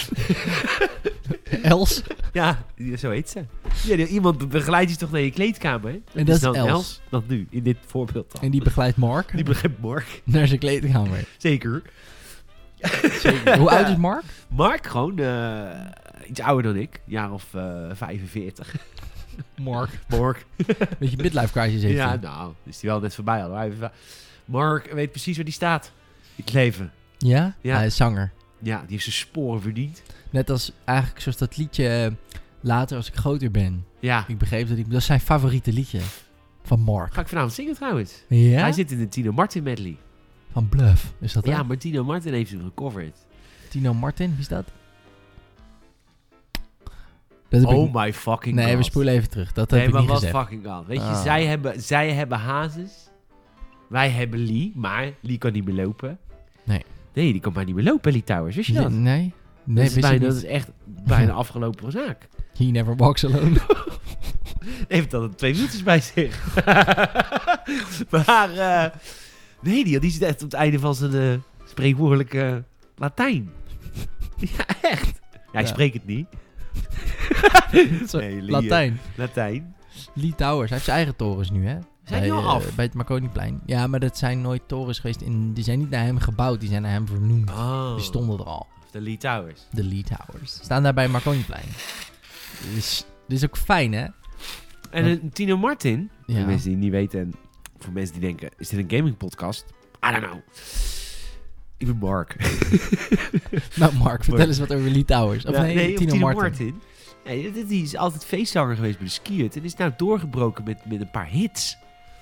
Els. Ja, zo heet ze. Ja, die- iemand begeleidt je toch naar je kleedkamer, hè? En dat is dan Els. Dat nu, in dit voorbeeld dan. En die begeleidt Mark Die begrijpt Mark. naar zijn kleedkamer. Zeker. Zeker. Hoe oud is Mark? Mark, gewoon uh, iets ouder dan ik. Een jaar of uh, vijfenveertig. Mark. Mark. Beetje midlife crisis heeft Ja, hij. nou, is die wel net voorbij al. Hij heeft- Mark weet precies waar die staat. In het leven. Ja? Ja. Hij is zanger. Ja, die heeft zijn sporen verdiend. Net als eigenlijk zoals dat liedje eh, Later als ik groter ben. Ja. Ik begreep dat ik... Dat is zijn favoriete liedje. Van Mark. Ga ik vanavond zingen trouwens. Ja? Hij zit in de Tino Martin medley. Van Bluff. Is dat Ja, ja, maar Tino Martin heeft hem gecoverd. Tino Martin, wie is dat? dat heb Oh ik... my fucking Nee, god. we spoelen even terug. Dat Nee, heb ik maar niet wat gezegd. fucking god. Weet je, Ah. zij, hebben, zij hebben hazes. Wij hebben Lee, maar Lee kan niet meer lopen. Nee. Nee, die kan maar niet meer lopen, Lee Towers. Wist je dat? Nee? Nee, dat, is wist ik bijna, dat niet. is echt bijna afgelopen zaak. He never walks alone. Heeft dan twee wieltjes bij zich. maar uh, nee, die, die zit echt op het einde van zijn uh, spreekwoordelijke Latijn. Ja, echt. Ja, ik Ja. spreek het niet. Zo, Nee, Lee, Latijn. Latijn. Lee Towers. Hij heeft zijn eigen torens nu, hè? Zijn bij, die al eh, af? bij het Marconiplein. Ja, maar dat zijn nooit torens geweest. In, die zijn niet naar hem gebouwd. Die zijn naar hem vernoemd. Oh, Die stonden er al. de Lee Towers. De Lee Towers. Staan daar bij Marconiplein. Dus dit is ook fijn, hè? En een Tino Martin, voor Ja. mensen die het niet weten en voor mensen die denken, is dit een gaming podcast? I don't know. Ik ben Mark. Nou, Mark, vertel eens wat over Lee Towers. Of Ja, nee, nee, Tino, Tino Martin. Martin. Nee, die- die is altijd feestzanger geweest bij de Skiert en is nou doorgebroken met, met een paar hits.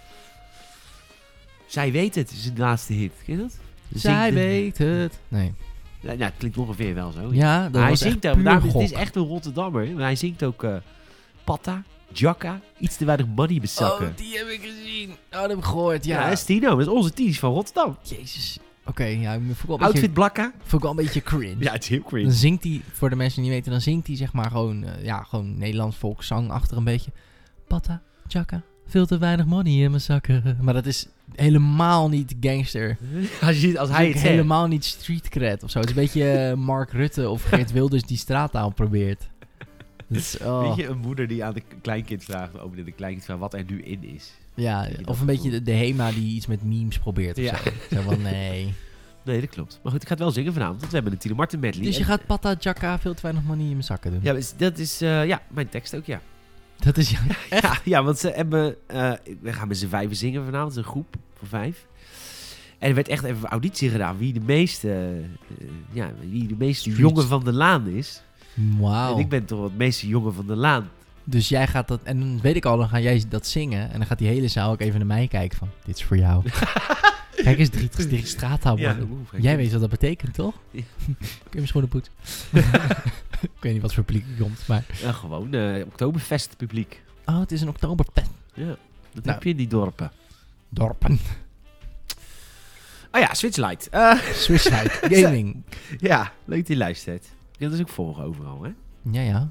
Zij weet het, is de laatste hit. Ken je dat? Zij Zingt- weet het. Nee. Ja, nou, het klinkt ongeveer wel zo. Ja, dat Maar hij was zingt echt ook. puur Daarom, het gok. is echt een Rotterdammer. Maar hij zingt ook uh, Patta, Jacka, iets te weinig money bezakken. Oh, die heb ik gezien. Oh, dat heb ik gehoord, ja, ja. dat is Tino. Dat is onze Ties van Rotterdam. Jezus. Oké, ja, ik voel wel een beetje, Outfit blakka. voel ik wel een beetje cringe. Ja, het is heel Dan cringe. zingt hij, voor de mensen die niet weten, dan zingt hij zeg maar gewoon, uh, ja, gewoon Nederlands volkszang achter een beetje. Patta, Jacka, veel te weinig money in mijn zakken. Maar dat is helemaal niet gangster. Als, je, als Dat hij is het ook zegt. helemaal niet street cred of zo. Het is een beetje uh, Mark Rutte of Geert Wilders die straattaal probeert. Dat is, oh. Weet je, een moeder die aan de kleinkind vraagt, over de kleinkind vraagt wat er nu in is. Ja, je dat of een beetje gevoel? de, de Hema die iets met memes probeert of Ja. zo. Zo van, nee. Nee, dat klopt. Maar goed, ik ga het wel zingen vanavond, want we hebben een Tino Martin medley. Dus je En- gaat Patta, Jacka, veel te weinig money in mijn zakken doen. Ja, dat is- dat is uh, ja, mijn tekst ook, ja. Dat is ja. Ja, ja, want ze hebben... Uh, we gaan met z'n vijven zingen vanavond, het is een groep van vijf. En er werd echt even een auditie gedaan wie de meeste, uh, ja, wie de meeste Streets. jongen van de laan is. Wauw. En ik ben toch het meeste jongen van de laan. Dus jij gaat dat, en dan weet ik al, dan ga jij dat zingen. En dan gaat die hele zaal ook even naar mij kijken van, dit is voor jou. Kijk eens, drie, drie straattaal Ja, worden. oeh, Jij weet wat dat betekent, toch? Ja. Kun je mijn schoenen poetsen? Ik weet niet wat voor publiek er komt, maar... Ja, gewoon uh, Oktoberfest publiek. Oh, het is een oktoberpet. Ja, dat Nou. heb je in die dorpen. Dorpen. Oh ja, Switch Lite. Uh, Switch Lite, gaming. ja, leuk dat je luistert. Je kunt dus ook volgen overal, hè? Ja, ja.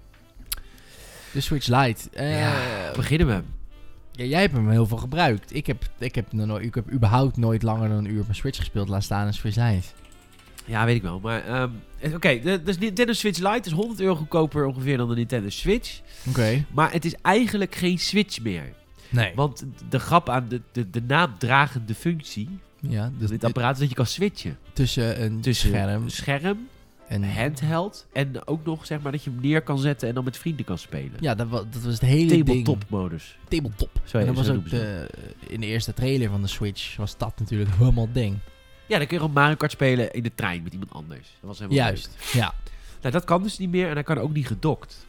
De Switch Lite. Uh, ja, beginnen we. Ja, jij hebt hem heel veel gebruikt. Ik heb, ik, heb nog nooit, ik heb überhaupt nooit langer dan een uur op mijn Switch gespeeld. Laat staan een Switch Lite. Ja, weet ik wel. Maar um, oké, okay, de, de Nintendo Switch Lite is honderd euro goedkoper ongeveer dan de Nintendo Switch. Oké. Okay. Maar het is eigenlijk geen Switch meer. Nee. Want de grap aan de, de, de naamdragende functie ja, dus dit apparaat is dat je kan switchen. Tussen een tussen scherm, scherm en handheld. En ook nog zeg maar dat je hem neer kan zetten en dan met vrienden kan spelen. Ja, dat was, dat was het hele ding. Tabletop modus. Tabletop. Zo, en dat zo was ook de, in de eerste trailer van de Switch was dat natuurlijk helemaal het ding. Ja, dan kun je gewoon Mario Kart spelen in de trein met iemand anders. Dat was helemaal Juist, leuk. ja. Nou, dat kan dus niet meer en hij kan ook niet gedokt.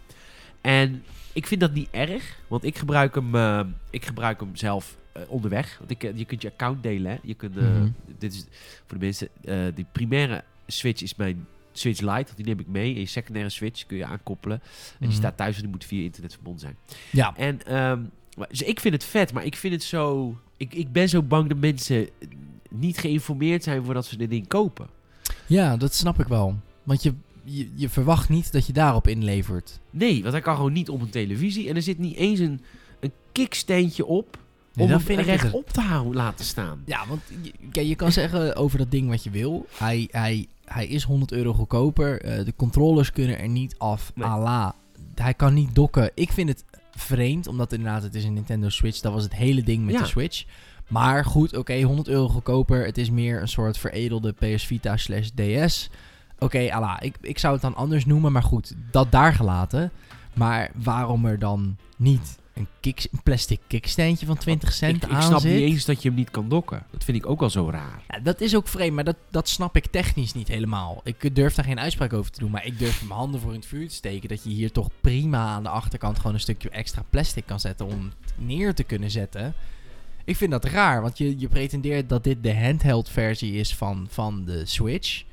En ik vind dat niet erg, want ik gebruik hem, uh, ik gebruik hem zelf uh, onderweg. Want ik, uh, je kunt je account delen, hè. Je kunt, uh, mm-hmm. Dit is voor de mensen, uh, die primaire Switch is mijn Switch Lite, want die neem ik mee. En je secundaire Switch kun je aankoppelen. En mm-hmm. die staat thuis en die moet via internet verbonden zijn. Ja. En um, dus ik vind het vet, maar ik vind het zo... Ik, ik ben zo bang dat mensen niet geïnformeerd zijn voordat ze dit ding kopen. Ja, dat snap ik wel. Want je, je, je verwacht niet dat je daarop inlevert. Nee, want hij kan gewoon niet op een televisie. En er zit niet eens een, een kicksteentje op nee, om dan hem vind recht ik het... op te houden, laten staan. Ja, want je, je kan zeggen over dat ding wat je wil. Hij, hij, hij is honderd euro goedkoper. Uh, de controllers kunnen er niet af. Nee. Ala. Hij kan niet dokken. Ik vind het vreemd, omdat inderdaad het is een Nintendo Switch. Dat was het hele ding met ja. de Switch. Maar goed, oké, okay, honderd euro goedkoper. Het is meer een soort veredelde P S Vita slash D S. Oké, okay, ala. Ik, ik zou het dan anders noemen, maar goed, dat daar gelaten. Maar waarom er dan niet een, kick, een plastic kickstandje van twintig cent ik, aan Ik snap zit? niet eens dat je hem niet kan dokken. Dat vind ik ook al zo raar. Ja, dat is ook vreemd, maar dat, dat snap ik technisch niet helemaal. Ik durf daar geen uitspraak over te doen, maar ik durf mijn handen voor in het vuur te steken dat je hier toch prima aan de achterkant gewoon een stukje extra plastic kan zetten om het neer te kunnen zetten. Ik vind dat raar, want je, je pretendeert dat dit de handheld versie is van, van de Switch.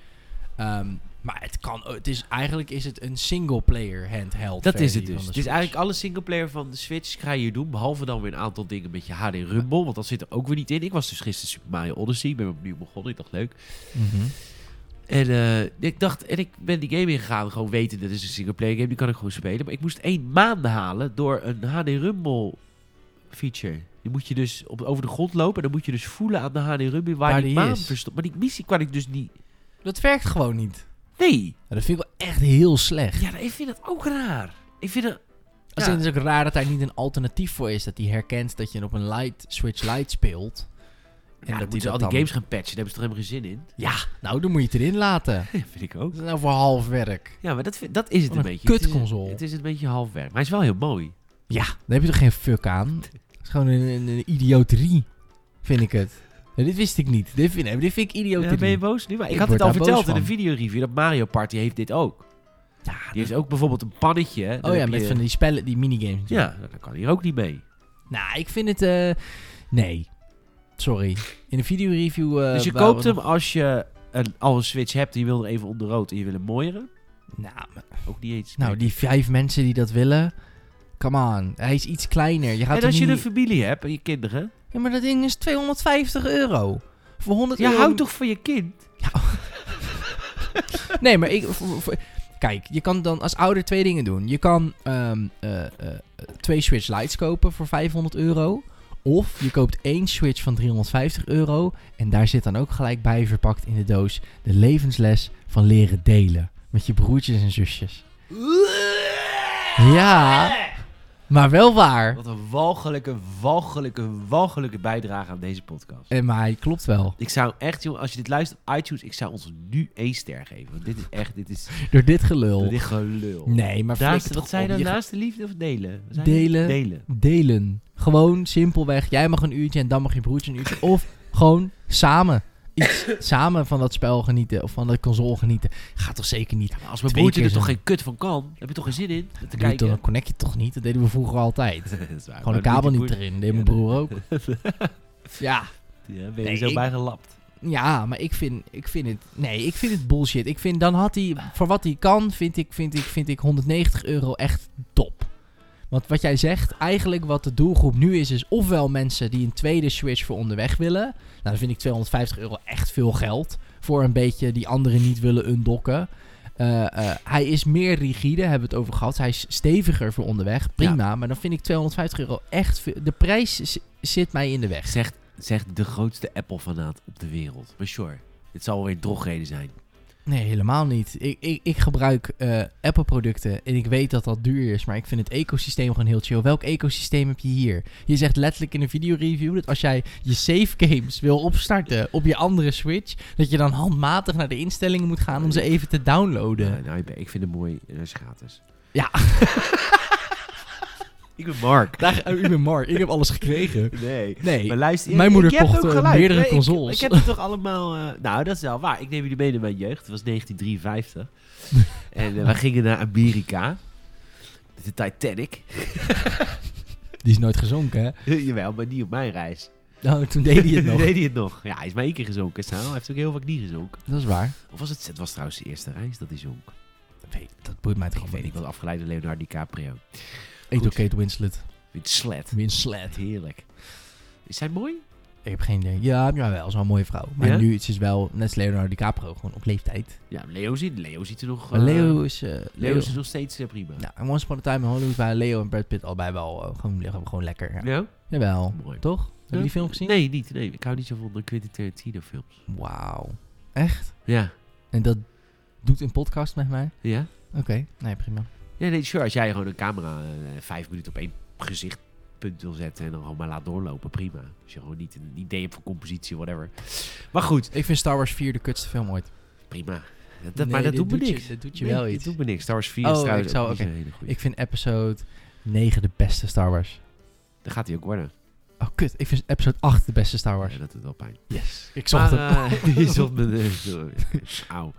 Um, maar het kan, het is, eigenlijk is het een single-player handheld dat versie. Dat is het dus. Het is eigenlijk alle singleplayer van de Switch ga je hier doen. Behalve dan weer een aantal dingen met je H D Rumble. Want dat zit er ook weer niet in. Ik was dus gisteren Super Mario Odyssey. Ik ben opnieuw begonnen. Ik dacht leuk. Mm-hmm. En uh, ik dacht, en ik ben die game ingegaan. Gewoon weten, dit is een singleplayer game. Die kan ik gewoon spelen. Maar ik moest één maanden halen door een H D Rumble feature. Die moet je dus op, over de grond lopen. En dan moet je dus voelen aan de H D Rumble waar, waar die, die maan verstopt. Maar die missie kan ik dus niet... Dat werkt gewoon niet. Nee. Ja, dat vind ik wel echt heel slecht. Ja, ik vind dat ook raar. Ik vind het... Ja. Het is ook raar dat daar niet een alternatief voor is. Dat hij herkent dat je op een Lite, Switch Lite speelt. En ja, dan moeten ze al die dan... games gaan patchen. Daar hebben ze toch helemaal geen zin in? Ja, nou dan moet je het erin laten. Ja, vind ik ook. Dat is nou voor half werk. Ja, maar dat, vind, dat is het een, een beetje. Kutconsole. Het, het is een beetje half werk. Maar hij is wel heel mooi. Ja, daar heb je toch geen fuck aan? Het is gewoon een, een, een idioterie, vind ik het. Ja, dit wist ik niet. Dit vind, dit vind ik idioterie. Ja, ben je boos nu? Maar ik, ik had het al verteld in een videoreview. Dat Mario Party heeft dit ook. Ja, die dat... heeft ook bijvoorbeeld een pannetje. Oh ja, met je... van die spellen, die minigames. Ja, daar kan hier ook niet mee. Nou, ik vind het... Uh, nee. Sorry. In een videoreview... Uh, dus je koopt hem nog... als je een, al een Switch hebt en je wil er even onder rood en je wil hem mooieren? Nou, maar... ook niet eens. Nou, die vijf mensen die dat willen... Come on. Hij is iets kleiner. Je gaat en als niet... je een familie hebt en je kinderen... Ja, maar dat ding is tweehonderdvijftig euro. Voor honderd ja, euro... houd toch voor je kind? Ja. Nee, maar ik... Voor, voor, kijk, je kan dan als ouder twee dingen doen. Je kan um, uh, uh, twee Switch Lites kopen voor vijfhonderd euro. Of je koopt één Switch van driehonderdvijftig euro. En daar zit dan ook gelijk bij verpakt in de doos... de levensles van leren delen. Met je broertjes en zusjes. Ja... Maar wel waar. Wat een walgelijke, walgelijke, walgelijke bijdrage aan deze podcast. En maar hij klopt wel. Ik zou echt, jongen, als je dit luistert op iTunes, ik zou ons nu één ster geven. Want dit is echt, dit is... Door dit gelul. Door dit gelul. Nee, maar... Naast, wat zei je dan? Naast de liefde of delen? Delen. Delen. Delen. Gewoon simpelweg. Jij mag een uurtje en dan mag je broertje een uurtje. Of gewoon samen. Iets samen van dat spel genieten of van de console genieten. Gaat toch zeker niet. Ja, als mijn broertje er toch geen kut van kan, heb je toch geen zin in te Doe kijken? Dan connect je toch niet? Dat deden we vroeger altijd. Dat is waar, gewoon de kabel niet erin. Dat deed mijn broer ook. Ja. Ja, ben je nee, zo ik, bij gelapt. Ja, maar ik vind, ik vind het... Nee, ik vind het bullshit. Ik vind, dan had hij... Voor wat hij kan, vind ik, vind ik, vind ik honderdnegentig euro echt top. Want wat jij zegt, eigenlijk wat de doelgroep nu is, is ofwel mensen die een tweede Switch voor onderweg willen. Nou, dan vind ik tweehonderdvijftig euro echt veel geld. Voor een beetje die anderen niet willen undocken. Uh, uh, hij is meer rigide, hebben we het over gehad. Hij is steviger voor onderweg, prima. Ja. Maar dan vind ik tweehonderdvijftig euro echt veel. De prijs z- zit mij in de weg. Zegt, zegt de grootste Apple-fanaat op de wereld. Maar sure, dit zal wel weer drogreden zijn. Nee, helemaal niet. Ik, ik, ik gebruik uh, Apple-producten en ik weet dat dat duur is, maar ik vind het ecosysteem gewoon heel chill. Welk ecosysteem heb je hier? Je zegt letterlijk in een videoreview dat als jij je save games wil opstarten op je andere Switch, dat je dan handmatig naar de instellingen moet gaan om ze even te downloaden. Ja, nou, ik vind het mooi. Dat is gratis. Ja. Ik ben Mark. Daar, oh, ik ben Mark. Ik heb alles gekregen. Nee. nee. Maar luister, mijn moeder ik, kocht uh, meerdere nee, consoles. Ik, ik heb het toch allemaal... Uh, nou, dat is wel waar. Ik neem jullie mee naar mijn jeugd. Het was negentien drieënvijftig. En uh, wij gingen naar Amerika. De Titanic. Die is nooit gezonken, hè? Jawel, maar niet op mijn reis. Oh, toen deed hij het nog. Toen deed hij het nog. Ja, hij is maar één keer gezonken. Hij heeft ook heel vaak niet gezonken. Dat is waar. Of was het... Het was trouwens de eerste reis dat hij zonk. Nee, dat boeit mij toch Ik weet niet. Ik was afgeleid door Leonardo DiCaprio. Eet ook Kate Winslet. Winslet. Winslet. Heerlijk. Is zij mooi? Ik heb geen idee. Ja, jawel, is wel een mooie vrouw. Maar ja? nu is ze wel, net als Leonardo DiCaprio, gewoon op leeftijd. Ja, Leo ziet, Leo ziet er nog... Uh, Leo is... Uh, Leo, Leo is nog steeds uh, prima. Ja, en Once Upon a Time in Hollywood waren Leo en Brad Pitt allebei wel uh, gewoon, gewoon, gewoon lekker. Ja. Ja? Jawel. Mooi. Toch? Heb je ja? die film gezien? Nee, niet. Nee, ik hou niet zo van de Quentin Tarantino films. Wauw. Echt? Ja. En dat doet een podcast met mij? Ja? Oké, okay. Nee, prima. Ja, nee, sure. Als jij gewoon een camera uh, vijf minuten op één gezichtpunt wil zetten en dan gewoon maar laat doorlopen, prima. Als je gewoon niet een idee hebt van compositie, whatever. Maar goed. Ik vind Star Wars vier de kutste film ooit. Prima. Dat, dat, nee, maar dat doet me doet niks. Je, dat doet je nee, wel iets. Dat doet me niks. Star Wars vier oh, is trouwens ik, zou, okay. okay. een hele goeie. Ik vind episode negen de beste Star Wars. Dat gaat hij ook worden. Oh, kut. Ik vind episode acht de beste Star Wars. Ja, dat doet wel pijn. Yes. Ik zocht maar, hem. Uh, je zocht me... Uh, Auw.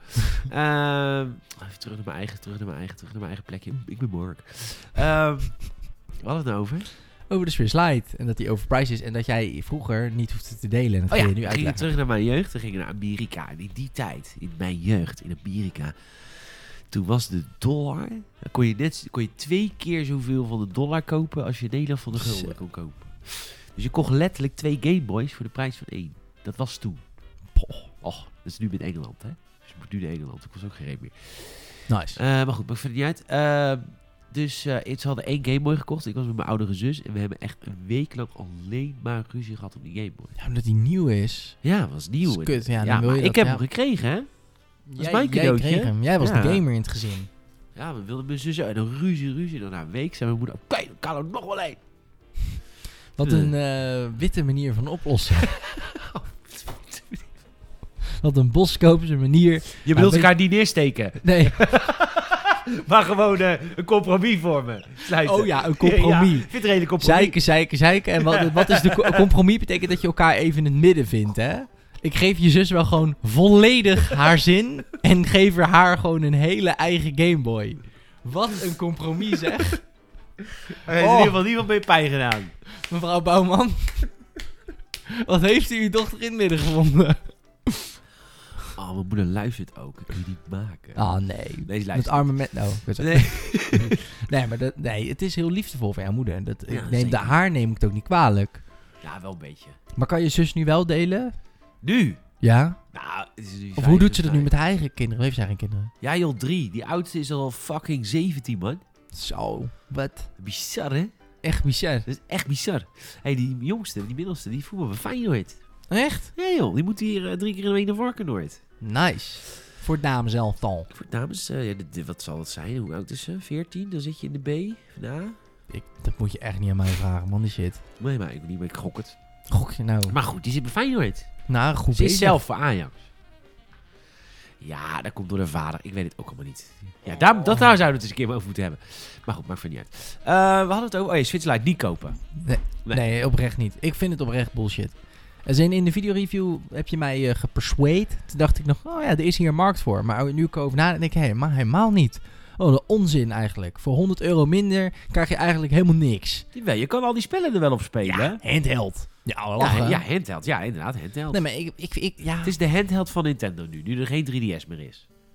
Uh, even terug naar mijn eigen, terug naar mijn eigen, terug naar mijn eigen plekje. Ik ben Mark. Um, we hadden het nou over? Over de Swiss Lite. En dat die overpriced is. En dat jij vroeger niet hoefde te delen. En dat oh ja, je nu we gingen terug naar mijn jeugd. We gingen naar Amerika. En in die tijd, in mijn jeugd, in Amerika... Toen was de dollar... Dan kon je, net, kon je twee keer zoveel van de dollar kopen... als je in Nederland van de gulden kon kopen. Dus je kocht letterlijk twee Gameboys voor de prijs van één. Dat was toen. Poh. Och, dat is nu met Engeland, hè. Dus je moet nu naar Engeland. Ik was ook geen reet meer. Nice. Uh, maar goed, maakt verder niet uit. Uh, dus uh, ze hadden één Gameboy gekocht. Ik was met mijn oudere zus. En we hebben echt een week lang alleen maar ruzie gehad om die Gameboy. Ja, omdat die nieuw is. Ja, dat was nieuw. Dat is kut. Ja, ja, dan wil je ik dat, heb ja. hem gekregen, hè. Dat jij, is mijn cadeautje. Jij kreeg hem. Jij was ja. de gamer in het gezin. Ja, we wilden mijn zus en dan ruzie, ruzie. En dan na een week zei mijn moeder... Oké, okay, dan kan er nog wel één. Wat een uh, witte manier van oplossen. Wat een boskoopse manier. Je bedoelt elkaar niet neersteken? Nee. Maar gewoon uh, een compromis vormen. Sluiten. Oh ja, een compromis. Ja, ik vind het een hele compromis. Zeiken, zeiken, zeiken. En wat, wat is de co- compromis? Betekent dat je elkaar even in het midden vindt, hè? Ik geef je zus wel gewoon volledig haar zin. En geef er haar gewoon een hele eigen Gameboy. Wat een compromis, zeg. Hij heeft oh. in ieder geval niemand mee pijn gedaan. Mevrouw Bouwman. Wat heeft u uw dochter in het midden gevonden? Oh, mijn moeder luistert ook. Ik kan je niet maken. Ah, oh, nee. Deze met arme met... Nou, nee. nee, maar dat, nee, het is heel liefdevol van jouw moeder. Dat, ja, ik neem, de haar neem ik het ook niet kwalijk. Ja, wel een beetje. Maar kan je zus nu wel delen? Nu? Ja. Nou, het is nu of hoe doet ze dat nu met haar eigen kinderen? Heeft zij geen kinderen? Ja, joh, drie. Die oudste is al fucking zeventien, man. Zo, wat? Bizar, hè? Echt bizar. Dat is echt bizar. Hé, hey, die jongste, die middelste, die voelen we Feyenoord. Echt? Ja, joh. Die moet hier uh, drie keer in de week naar Varkenoord. Nice. Voor het dames zelf al. Voor het dames, uh, ja, de, de, wat zal het zijn? Hoe oud is ze? veertien? Dan zit je in de B. Nou. Ik, dat moet je echt niet aan mij vragen, man, die shit. Nee, maar ik, niet, maar ik gok het. Gok je nou? Maar goed, die zit bij Feyenoord. Nou, goed Ze is bezig. zelf voor Ajax. Ja, dat komt door de vader. Ik weet het ook allemaal niet. Ja, daar, dat daar zouden we het eens een keer over moeten hebben. Maar goed, maakt verder niet uit. Uh, we hadden het over... Oh ja, Switch Lite niet kopen. Nee, nee. nee, oprecht niet. Ik vind het oprecht bullshit. En in, in de videoreview heb je mij uh, gepersuade. Toen dacht ik nog, oh ja, er is hier een markt voor. Maar nu ik erover nadenk, denk ik, hey, maar helemaal niet. Oh, de onzin eigenlijk. Voor honderd euro minder krijg je eigenlijk helemaal niks. Je kan al die spellen er wel op spelen. Ja, handheld. Ja, lachen. Ja, ja, handheld. Ja, inderdaad, handheld. Nee, maar ik... ik, ik ja. Het is de handheld van Nintendo nu, nu er geen drie D S meer is.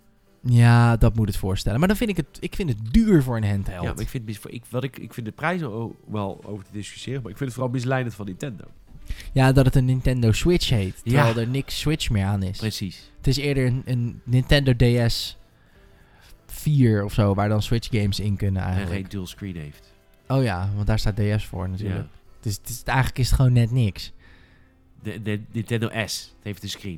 Ja, dat moet het voorstellen. Maar dan vind ik het, ik vind het duur voor een handheld. Ja, maar ik vind, mis- ik, wat ik, ik vind de prijs wel wel over te discussiëren, maar ik vind het vooral misleidend van Nintendo. Ja, dat het een Nintendo Switch heet. Terwijl Ja. er niks Switch meer aan is. Precies. Het is eerder een, een Nintendo D S vier of zo, waar dan Switch games in kunnen En eigenlijk. geen dual screen heeft. Oh ja, want daar staat D S voor natuurlijk. Ja. Dus het is, eigenlijk is het gewoon net niks. De, de Nintendo S, het heeft een screen.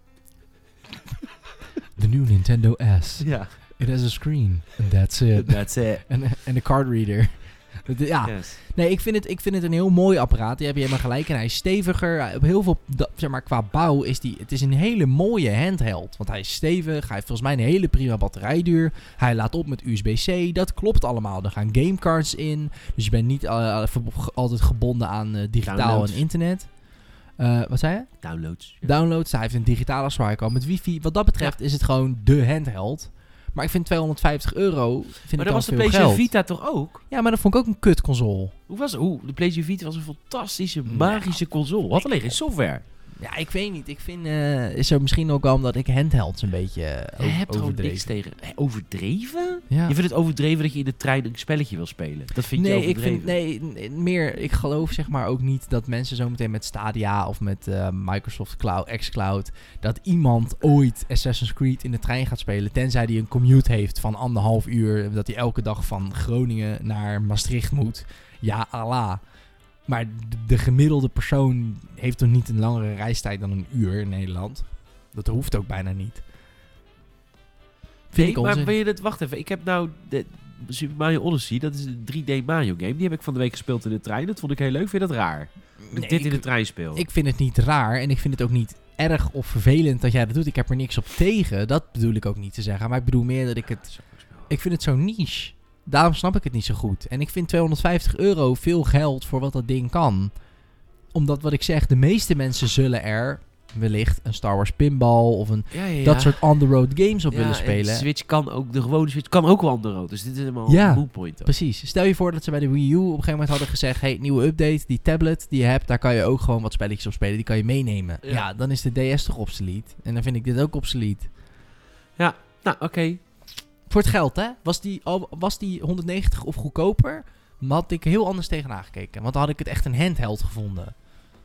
De nieuwe Nintendo S. Ja. It has a screen. And that's it. That's it. En en de card reader. De- Ja, Yes. nee, ik vind, het, ik vind het een heel mooi apparaat. Die heb je helemaal gelijk. En hij is steviger. Hij- Op heel veel, da- zeg maar, qua bouw is die... Het is een hele mooie handheld. Want hij is stevig. Hij heeft volgens mij een hele prima batterijduur. Hij laat op met U S B C. Dat klopt allemaal. Er gaan gamecards in. Dus je bent niet uh, ver- altijd gebonden aan uh, digitaal Downloads. en internet. Uh, wat zei je? Downloads. Ja. Downloads. Hij heeft een digitale afspraak al met wifi. Wat dat betreft is het gewoon de handheld. Maar ik vind tweehonderdvijftig euro vind Maar ik dat dan was de veel PlayStation geld. Vita toch ook? Ja, maar dat vond ik ook een kut console. Hoe was het? Oeh, de PlayStation Vita was een fantastische, Ja. magische console. Had alleen geen software. Ja, ik weet niet. Ik vind, eh is er misschien ook wel omdat ik handhelds een beetje uh, Je hebt gewoon overdreven. niks tegen. Eh, Overdreven? Ja. Je vindt het overdreven dat je in de trein een spelletje wil spelen. Dat vind je Nee, ik overdreven. vind nee, n- meer. Ik geloof zeg maar ook niet dat mensen zo meteen met Stadia of met eh, Microsoft Cloud, xCloud, dat iemand ooit Assassin's Creed in de trein gaat spelen, tenzij die een commute heeft van anderhalf uur, dat hij elke dag van Groningen naar Maastricht moet. Ja, Allah. Maar de, de gemiddelde persoon heeft toch niet een langere reistijd dan een uur in Nederland? Dat hoeft ook bijna niet. Vind Nee, ik maar onzin. wil je het... Wacht even. Ik heb nou de Super Mario Odyssey. Dat is een drie D Mario game. Die heb ik van de week gespeeld in de trein. Dat vond ik heel leuk. Vind je dat raar? Dat Nee, ik dit in ik- de trein speel. Ik vind het niet raar en ik vind het ook niet erg of vervelend dat jij dat doet. Ik heb er niks op tegen. Dat bedoel ik ook niet te zeggen. Maar ik bedoel meer dat ik het... Ik vind het zo niche. Daarom snap ik het niet zo goed. En ik vind tweehonderdvijftig euro veel geld voor wat dat ding kan. Omdat wat ik zeg, de meeste mensen zullen er wellicht een Star Wars pinball of een Ja, ja, ja. dat soort on-the-road games op Ja, willen en spelen. De Switch kan ook, de gewone Switch kan ook wel on the road. Dus dit is helemaal Ja, een moot point. ook. Precies. Stel je voor dat ze bij de Wii U op een gegeven moment hadden gezegd, hey, nieuwe update, die tablet die je hebt, daar kan je ook gewoon wat spelletjes op spelen. Die kan je meenemen. Ja, Ja. dan is de D S toch obsolet. En dan vind ik dit ook obsolet. Nou, oké. Voor het geld, hè? Was die, al, was die honderdnegentig of goedkoper, dan had ik heel anders tegenaan gekeken. Want dan had ik het echt een handheld gevonden.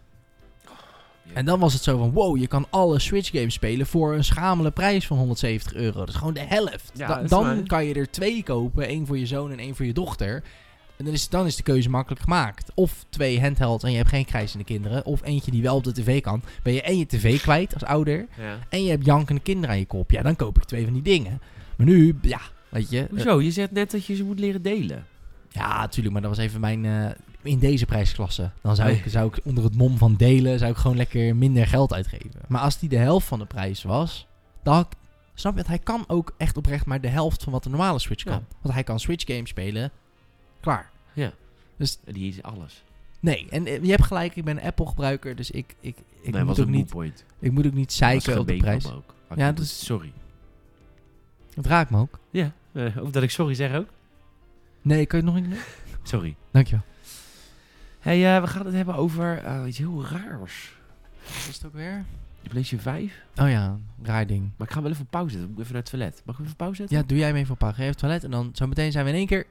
En dan was het zo van, wow, je kan alle Switch games spelen voor een schamele prijs van honderdzeventig euro. Dat is gewoon de helft. Ja, Da- dat is dan waar. kan je er twee kopen, één voor je zoon en één voor je dochter. En dan is, dan is de keuze makkelijk gemaakt. Of twee handhelds en je hebt geen krijzende kinderen. Of eentje die wel op de tv kan. Ben je en je tv kwijt als ouder. Ja. En je hebt jankende kinderen aan je kop. Ja, dan koop ik twee van die dingen. Maar nu, ja, weet je. Hoezo? Je zegt net dat je ze moet leren delen. Ja, natuurlijk, maar dat was even mijn... eh, in deze prijsklasse. Dan zou, Nee. ik, zou ik onder het mom van delen... zou ik gewoon lekker minder geld uitgeven. Maar als die de helft van de prijs was... dan had ik- snap je, hij kan ook echt oprecht maar de helft van wat de normale Switch kan. Ja. Want hij kan Switch games spelen. Klaar. Ja. Dus En die is alles. nee, en eh, je hebt gelijk, ik ben een Apple gebruiker... dus ik, ik, ik, nee, moet, was ook een niet, moot point. ik moet ook niet Dat zeiken was op de gemeen prijs. van me ook. Ja, Ja, dat is- Sorry. Het raakt me ook. Ja, eh, of dat ik sorry zeg ook. Nee, kan je het nog een keer doen? Sorry. Dankjewel. Hey, uh, we gaan het hebben over uh, iets heel raars. Wat is het ook weer? De PlayStation vijf. Oh ja, raar ding. Maar ik ga wel even pauze zetten. Ik moet even naar het toilet. Mag ik even pauze zetten? Ja, doe jij hem even op pauze. Ga even het toilet en dan zo meteen zijn we in één keer...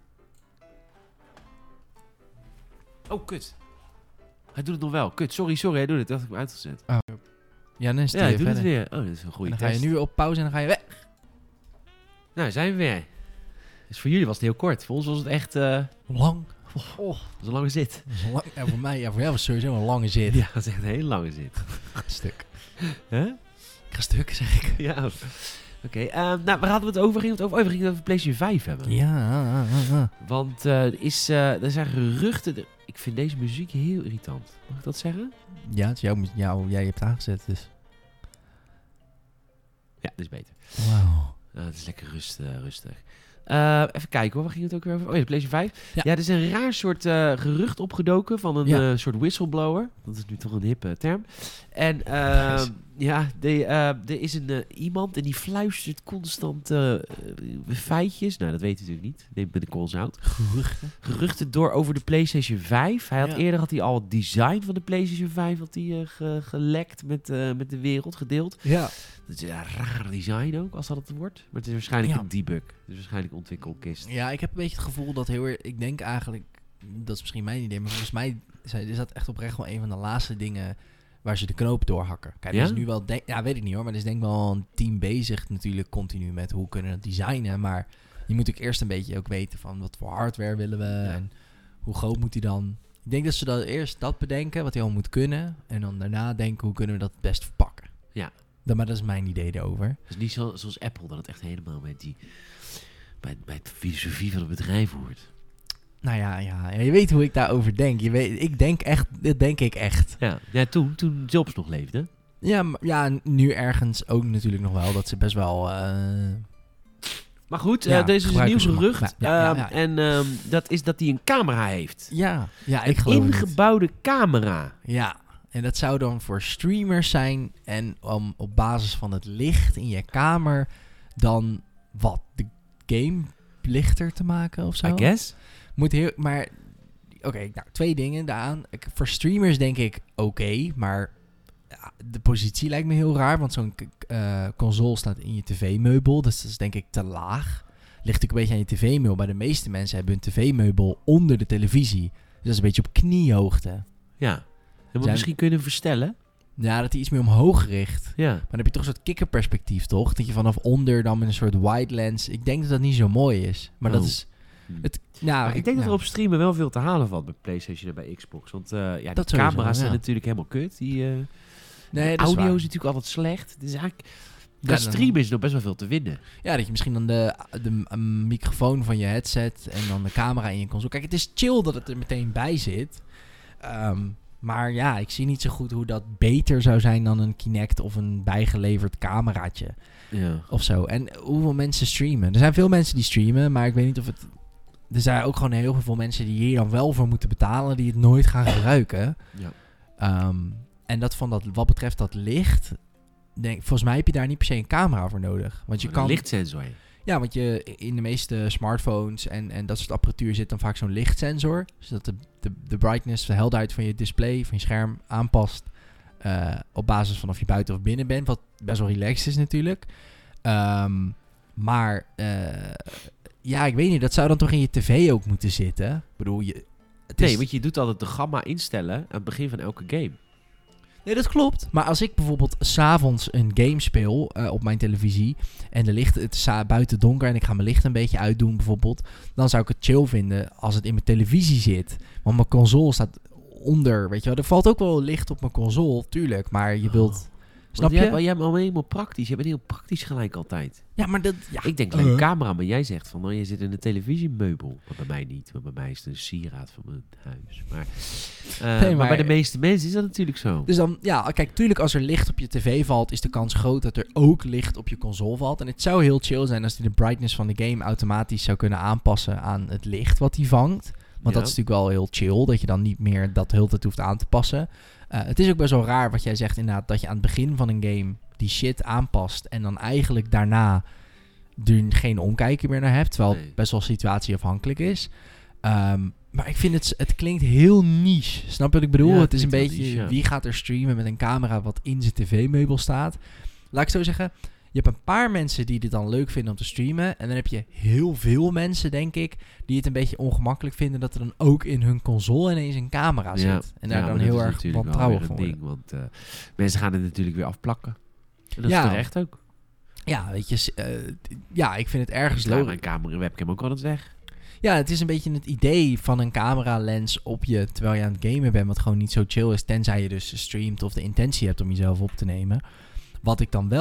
Oh, kut. Hij doet het nog wel. Kut, sorry, sorry. Hij doet het. Dat had ik hem uitgezet. Ja, dan is het Ja, hij weer doet verder. het weer. Oh, dat is een En goede dan test. ga je nu op pauze en dan ga je weg. Nou, zijn we weer. Dus voor jullie was het heel kort. Voor ons was het echt... uh Lang. oh, dat was een lange zit. Dat is een lang. Ja, voor mij, ja, voor jou was het sowieso een lange zit. Ja, dat is echt een hele lange zit. Stuk. Huh? Ik ga stuk, zeg ik. Ja. Oké, okay, uh, nou, waar hadden we het over? Gingen we het over? Oh, we gingen het over PlayStation vijf hebben. Ja. Want uh, er, is, uh, er zijn geruchten... Er, ik vind deze muziek heel irritant. Mag ik dat zeggen? Ja, het is jouw, jouw, jij hebt het aangezet, dus... Ja, dat is beter. Wauw. Uh, het is lekker rust, uh, rustig. Uh, even kijken hoor, waar ging het ook weer over? Oh ja, de PlayStation vijf. Ja. Ja, er is een raar soort uh, gerucht opgedoken van een Ja. uh, soort whistleblower. Dat is nu toch een hippe term. En uh, Prijs. Ja, de, uh, er is een uh, iemand en die fluistert constant uh, feitjes. Nou, dat weet hij natuurlijk niet. Neemt met de kool zout. Geruchten. Geruchten door over de PlayStation vijf. Hij had Ja. Eerder had hij al het design van de PlayStation vijf had hij, uh, ge, gelekt met, uh, met de wereld, gedeeld. Ja. Dat is een raar design ook, als dat het wordt. Maar het is waarschijnlijk Ja. een debug. Het is waarschijnlijk een ontwikkelkist. Ja, ik heb een beetje het gevoel dat heel erg... Ik denk eigenlijk... Dat is misschien mijn idee, maar volgens mij is dat echt oprecht wel een van de laatste dingen waar ze de knoop doorhakken. Kijk, Ja? er is nu wel... Denk, ja, weet ik niet hoor, maar er is denk ik wel een team bezig natuurlijk continu met hoe kunnen we het designen. Maar je moet ook eerst een beetje ook weten van wat voor hardware willen we Ja. en hoe groot moet die dan... Ik denk dat ze dan eerst dat bedenken, wat hij al moet kunnen. En dan daarna denken, hoe kunnen we dat het best verpakken. Ja. Dan, maar dat is mijn idee daarover. Het is niet zo, zoals Apple, dat het echt helemaal met die... bij, bij de filosofie van het bedrijf hoort. Nou ja, ja, je weet hoe ik daarover denk. Je weet, ik denk echt, dit denk ik echt. Ja, ja toen, toen Jobs nog leefde. Ja, maar, ja, nu ergens ook natuurlijk nog wel dat ze best wel... Uh, Maar goed, Ja, uh, er is dus een nieuw gebruikersgemak. gerucht. Ja, ja, ja, um, ja. En um, dat is dat hij een camera heeft. ja, ja, ik Een geloof het. ingebouwde camera. Ja, en dat zou dan voor streamers zijn en om op basis van het licht in je kamer dan wat de game lichter te maken of zo. I guess. Moet heel, maar oké, nou twee dingen daaraan. Ik, voor streamers denk ik oké, maar ja, de positie lijkt me heel raar, want zo'n k- uh, console staat in je tv-meubel, dus dat is denk ik te laag. Ligt natuurlijk een beetje aan je tv-meubel, maar de meeste mensen hebben hun tv-meubel onder de televisie, dus dat is een beetje op kniehoogte. Ja. En maar Zijn- misschien kunnen verstellen. Ja, dat hij iets meer omhoog richt. Ja. Maar dan heb je toch een soort kikkerperspectief, toch? Dat je vanaf onder dan met een soort wide lens... Ik denk dat dat niet zo mooi is. Maar dat Oh. is... Hm. Het, nou, Maar ik denk dat nou, er op streamen wel veel te halen valt bij PlayStation en bij Xbox. Want uh, ja, die Dat sowieso, camera's zijn ja. natuurlijk helemaal kut. Die uh, Nee, dat audio is, is, waar. natuurlijk altijd slecht. Het is eigenlijk... Ja, Qua dan- streamen is er nog best wel veel te winnen. Ja, dat je misschien dan de, de uh, microfoon van je headset... en dan de camera in je console... Kijk, het is chill dat het er meteen bij zit. Um, maar ja, ik zie niet zo goed hoe dat beter zou zijn... dan een Kinect of een bijgeleverd cameraatje. Ja. Of zo. En hoeveel mensen streamen? Er zijn veel mensen die streamen, maar ik weet niet of het... Er zijn ook gewoon heel veel mensen die hier dan wel voor moeten betalen... die het nooit gaan gebruiken. Ja. Um, en dat van dat, wat betreft dat licht... Denk, volgens mij heb je daar niet per se een camera voor nodig. Want je Een kan... lichtsensor. Ja, want je, in de meeste smartphones en, en dat soort apparatuur zit dan vaak zo'n lichtsensor. Zodat de, de, de brightness, de helderheid van je display, van je scherm aanpast... Uh, op basis van of je buiten of binnen bent. Wat best wel relaxed is natuurlijk. Um, maar uh, ja, ik weet niet. Dat zou dan toch in je tv ook moeten zitten? Ik bedoel, je... Het Nee, is... want je doet altijd de gamma instellen aan het begin van elke game. Nee, dat klopt. Maar als ik bijvoorbeeld 's avonds een game speel uh, op mijn televisie... en de licht, het is uh, buiten donker en ik ga mijn licht een beetje uitdoen bijvoorbeeld... dan zou ik het chill vinden als het in mijn televisie zit. Want mijn console staat onder, weet je wel. Er valt ook wel licht op mijn console, tuurlijk. Maar je wilt... Oh. Snap Want je? Jij, jij bent al helemaal praktisch. Je bent heel praktisch gelijk altijd. Ja, maar dat... Ja. Ik denk alleen Uh. camera, maar jij zegt van... nou, je zit in een televisiemeubel. Maar bij mij niet. Want bij mij is het een sieraad van mijn huis. Maar, uh, Nee, maar... maar- bij de meeste mensen is dat natuurlijk zo. Dus dan, ja, kijk, tuurlijk als er licht op je tv valt... is de kans groot dat er ook licht op je console valt. En het zou heel chill zijn als hij de brightness van de game... automatisch zou kunnen aanpassen aan het licht wat hij vangt. Want Ja. dat is natuurlijk wel heel chill... dat je dan niet meer dat heel tijd hoeft aan te passen. Uh, het is ook best wel raar wat jij zegt inderdaad... dat je aan het begin van een game die shit aanpast... en dan eigenlijk daarna er geen omkijken meer naar hebt... terwijl Nee. het best wel situatieafhankelijk is... Um, maar ik vind het, het klinkt heel niche. Snap je wat ik bedoel? Ja, het is een klinkt wel beetje, niche, ja. wie gaat er streamen met een camera wat in zijn tv-meubel staat? Laat ik zo zeggen, je hebt een paar mensen die dit dan leuk vinden om te streamen. En dan heb je heel veel mensen, denk ik, die het een beetje ongemakkelijk vinden dat er dan ook in hun console ineens een camera zit. Ja. En daar Ja, dan maar heel dat is erg natuurlijk wel wantrouwig weer van een worden. ding, want uh, mensen gaan het natuurlijk weer afplakken. En dat Ja. is terecht ook. Ja, weet je, uh, t- ja, ik vind het ergens Ik sla leuk. mijn camera en webcam ook altijd weg. Ja, het is een beetje het idee van een camera-lens op je terwijl je aan het gamen bent, wat gewoon niet zo chill is, tenzij je dus streamt of de intentie hebt om jezelf op te nemen. Wat ik dan wel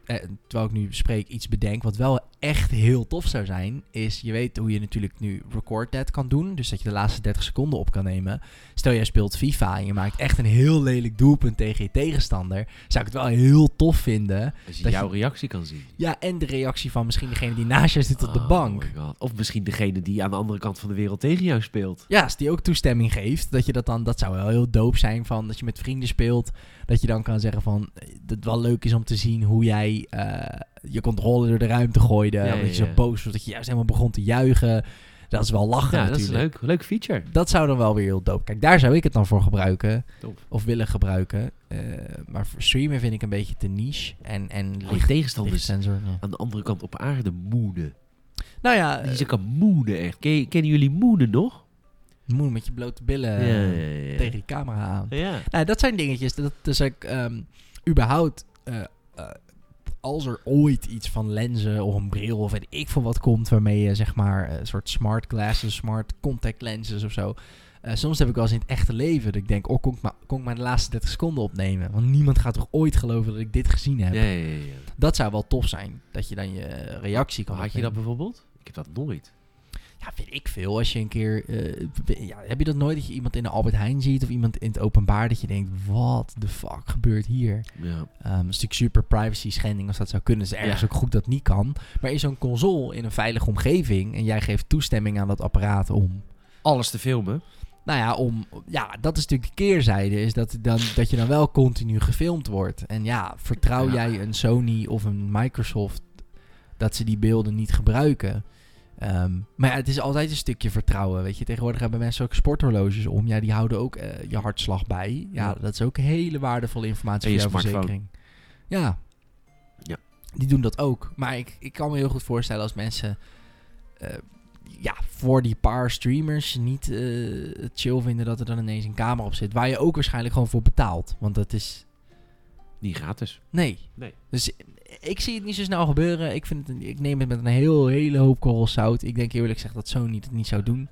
eh, terwijl ik nu spreek, iets bedenk, wat wel echt heel tof zou zijn, is, je weet hoe je natuurlijk nu record that kan doen, dus dat je de laatste dertig seconden op kan nemen. Stel jij speelt FIFA en je maakt echt een heel lelijk doelpunt tegen je tegenstander, zou ik het wel heel tof vinden. Als je dat jouw je, reactie kan zien. ja, en de reactie van misschien degene die naast jou zit op de Oh bank. my God. Of misschien degene die aan de andere kant van de wereld tegen jou speelt. Ja, als die ook toestemming geeft, dat je dat dan, dat zou wel heel dope zijn, van dat je met vrienden speelt, dat je dan kan zeggen van, dat het wel leuk is om te zien hoe jij uh, je controle door de ruimte gooide, Ja, omdat je ja, zo ja. boos was, dat je juist helemaal begon te juichen. Dat is wel lachen Ja, dat natuurlijk. is een leuk, leuk feature. Dat zou dan wel weer heel dope. Kijk, daar zou ik het dan voor gebruiken, Top. of willen gebruiken. Uh, maar voor streamen vind ik een beetje te niche en, en Je licht, tegenstander is lichtsensor. Ja. aan de andere kant op aarde moeden. Nou ja, Die uh, ze kan moeden echt. Ken je- kennen jullie moeden nog? moet met je blote billen ja, uh, ja, ja. tegen die camera aan. Ja. Nou, dat zijn dingetjes. Dat dus ik um, überhaupt, uh, uh, als er ooit iets van lenzen of een bril of weet ik veel wat komt, waarmee je zeg maar een uh, soort smart glasses, smart contact lenses of zo. Uh, soms heb ik wel eens in het echte leven dat ik denk, oh, kon ik, maar, kon ik maar de laatste dertig seconden opnemen? Want niemand gaat toch ooit geloven dat ik dit gezien heb? Ja, ja, ja, ja. Dat zou wel tof zijn, dat je dan je reactie kan Had je dat opnemen. bijvoorbeeld? Ik heb dat nooit. Ja, weet ik veel. Als je een keer... Uh, ja, heb je dat nooit, dat je iemand in de Albert Heijn ziet of iemand in het openbaar, dat je denkt, wat de fuck gebeurt hier? Ja. Um, dat is natuurlijk super privacy schending als dat zou kunnen. Het is ergens Ja. ook goed dat het niet kan. Maar is zo'n console in een veilige omgeving en jij geeft toestemming aan dat apparaat om... Alles te filmen. Nou ja, om, ja, dat is natuurlijk de keerzijde. Is dat, dan, dat je dan wel continu gefilmd wordt. En ja, vertrouw Ja. jij een Sony of een Microsoft dat ze die beelden niet gebruiken? Um, maar ja, het is altijd een stukje vertrouwen. Weet je, tegenwoordig hebben mensen ook sporthorloges om. Ja, die houden ook uh, je hartslag bij. Ja, Ja. dat is ook hele waardevolle informatie En voor je jouw smartphone. verzekering. Ja. Ja. Die doen dat ook. Maar ik, ik kan me heel goed voorstellen als mensen... Uh, ja, voor die paar streamers niet uh, het chill vinden dat er dan ineens een camera op zit. Waar je ook waarschijnlijk gewoon voor betaalt. Want dat is... Niet gratis. Nee. Nee. Dus ik zie het niet zo snel gebeuren. Ik, vind het een, ik neem het met een heel, hele hoop korrels zout. Ik denk eerlijk gezegd dat Sony het niet zou doen.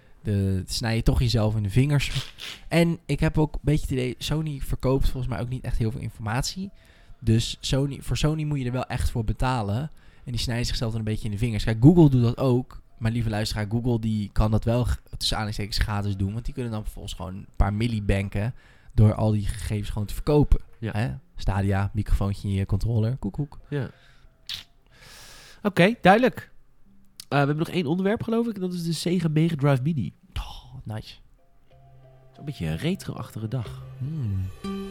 De, snij je toch jezelf in de vingers. En ik heb ook een beetje het idee... Sony verkoopt volgens mij ook niet echt heel veel informatie. Dus Sony, voor Sony moet je er wel echt voor betalen. En die snijden zichzelf dan een beetje in de vingers. Kijk, Google doet dat ook. Maar lieve luisteraar, Google die kan dat wel tussen aanhalingstekens gratis doen. Want die kunnen dan vervolgens gewoon een paar millibanken door al die gegevens gewoon te verkopen. Ja. Hè? Stadia, microfoontje in je controller, koek koek. Ja. Oké, okay, duidelijk. Uh, we hebben nog één onderwerp, geloof ik. En dat is de Sega Mega Drive Mini. Oh, nice. Zo'n beetje een retro-achtige dag. Hmm.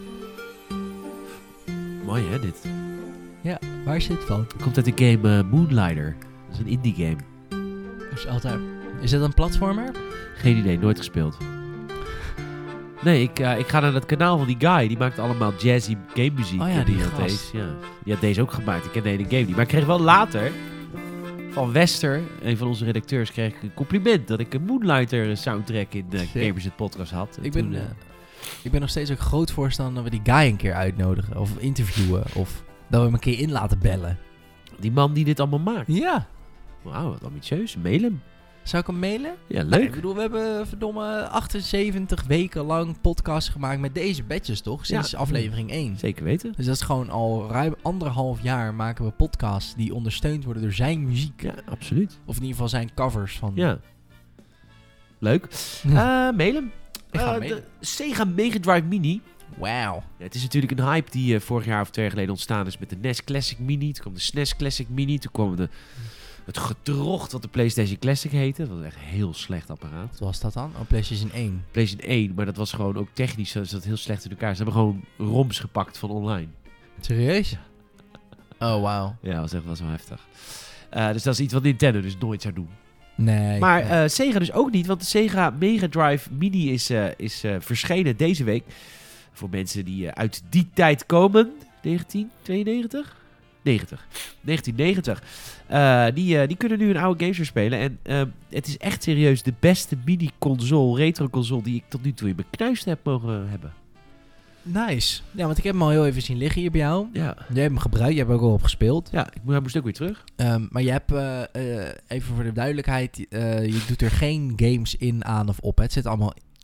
Mooi hè, dit. Ja, waar is dit van? Het komt uit de game uh, Moonlighter. Dat is een indie game. Is, altijd... is dat een platformer? Geen idee, nooit gespeeld. Nee, ik, uh, ik ga naar het kanaal van die guy. Die maakt allemaal jazzy game muziek. Oh ja, die had gast. deze, ja. Die had deze ook gemaakt. Ik ken de hele game niet. Maar ik kreeg wel later van Wester, een van onze redacteurs, kreeg ik een compliment dat ik een Moonlighter soundtrack in de Sick. Gamersnet podcast had. En Ik ben, toen, uh, uh, ik ben nog steeds ook groot voorstander dat we die guy een keer uitnodigen. Of interviewen. Of dat we hem een keer in laten bellen. die man die dit allemaal maakt. Ja. Wauw, wat ambitieus. Mail hem. Zou ik hem mailen? Ja, Nee, leuk. ik bedoel, we hebben verdomme achtenzeventig weken lang podcasts gemaakt met deze badges, toch? Sinds Ja. aflevering één. Zeker weten. Dus dat is gewoon al ruim anderhalf jaar maken we podcasts die ondersteund worden door zijn muziek. Ja, absoluut. Of in ieder geval zijn covers van... Ja. Leuk. Ja. Uh, mail hem. Ik ga Uh, hem mailen. de Sega Mega Drive Mini. Wauw. Ja, het is natuurlijk een hype die uh, vorig jaar of twee jaar geleden ontstaan is met de N E S Classic Mini. Toen kwam de S N E S Classic Mini. Toen kwam de, het gedrocht wat de PlayStation Classic heette. Dat was echt een heel slecht apparaat. Wat was dat dan? Oh, PlayStation één. PlayStation één, maar dat was gewoon ook technisch zo zat heel slecht in elkaar. Ze hebben gewoon ROMs gepakt van online. Serieus? Oh, wauw. Ja, dat was echt wel zo heftig. Uh, dus dat is iets wat Nintendo dus nooit zou doen. Nee. Maar nee. uh, Sega dus ook niet, want de Sega Mega Drive Mini is, uh, is uh, verschenen deze week. Voor mensen die uh, uit die tijd komen. negentien tweeënnegentig? negentig. negentien negentig. Uh, die, uh, die kunnen nu een oude games weer spelen. En uh, het is echt serieus de beste mini-console, retro-console die ik tot nu toe in mijn knuist heb mogen hebben. Nice. Ja, want ik heb hem al heel even zien liggen hier bij jou. Ja, Jij hebt hem gebruikt, je hebt er ook al op gespeeld. ja ik mo- hij moest ook weer terug. Um, maar je hebt, uh, uh, even voor de duidelijkheid, uh, je doet er geen games in, aan of op. Hè? Het zit allemaal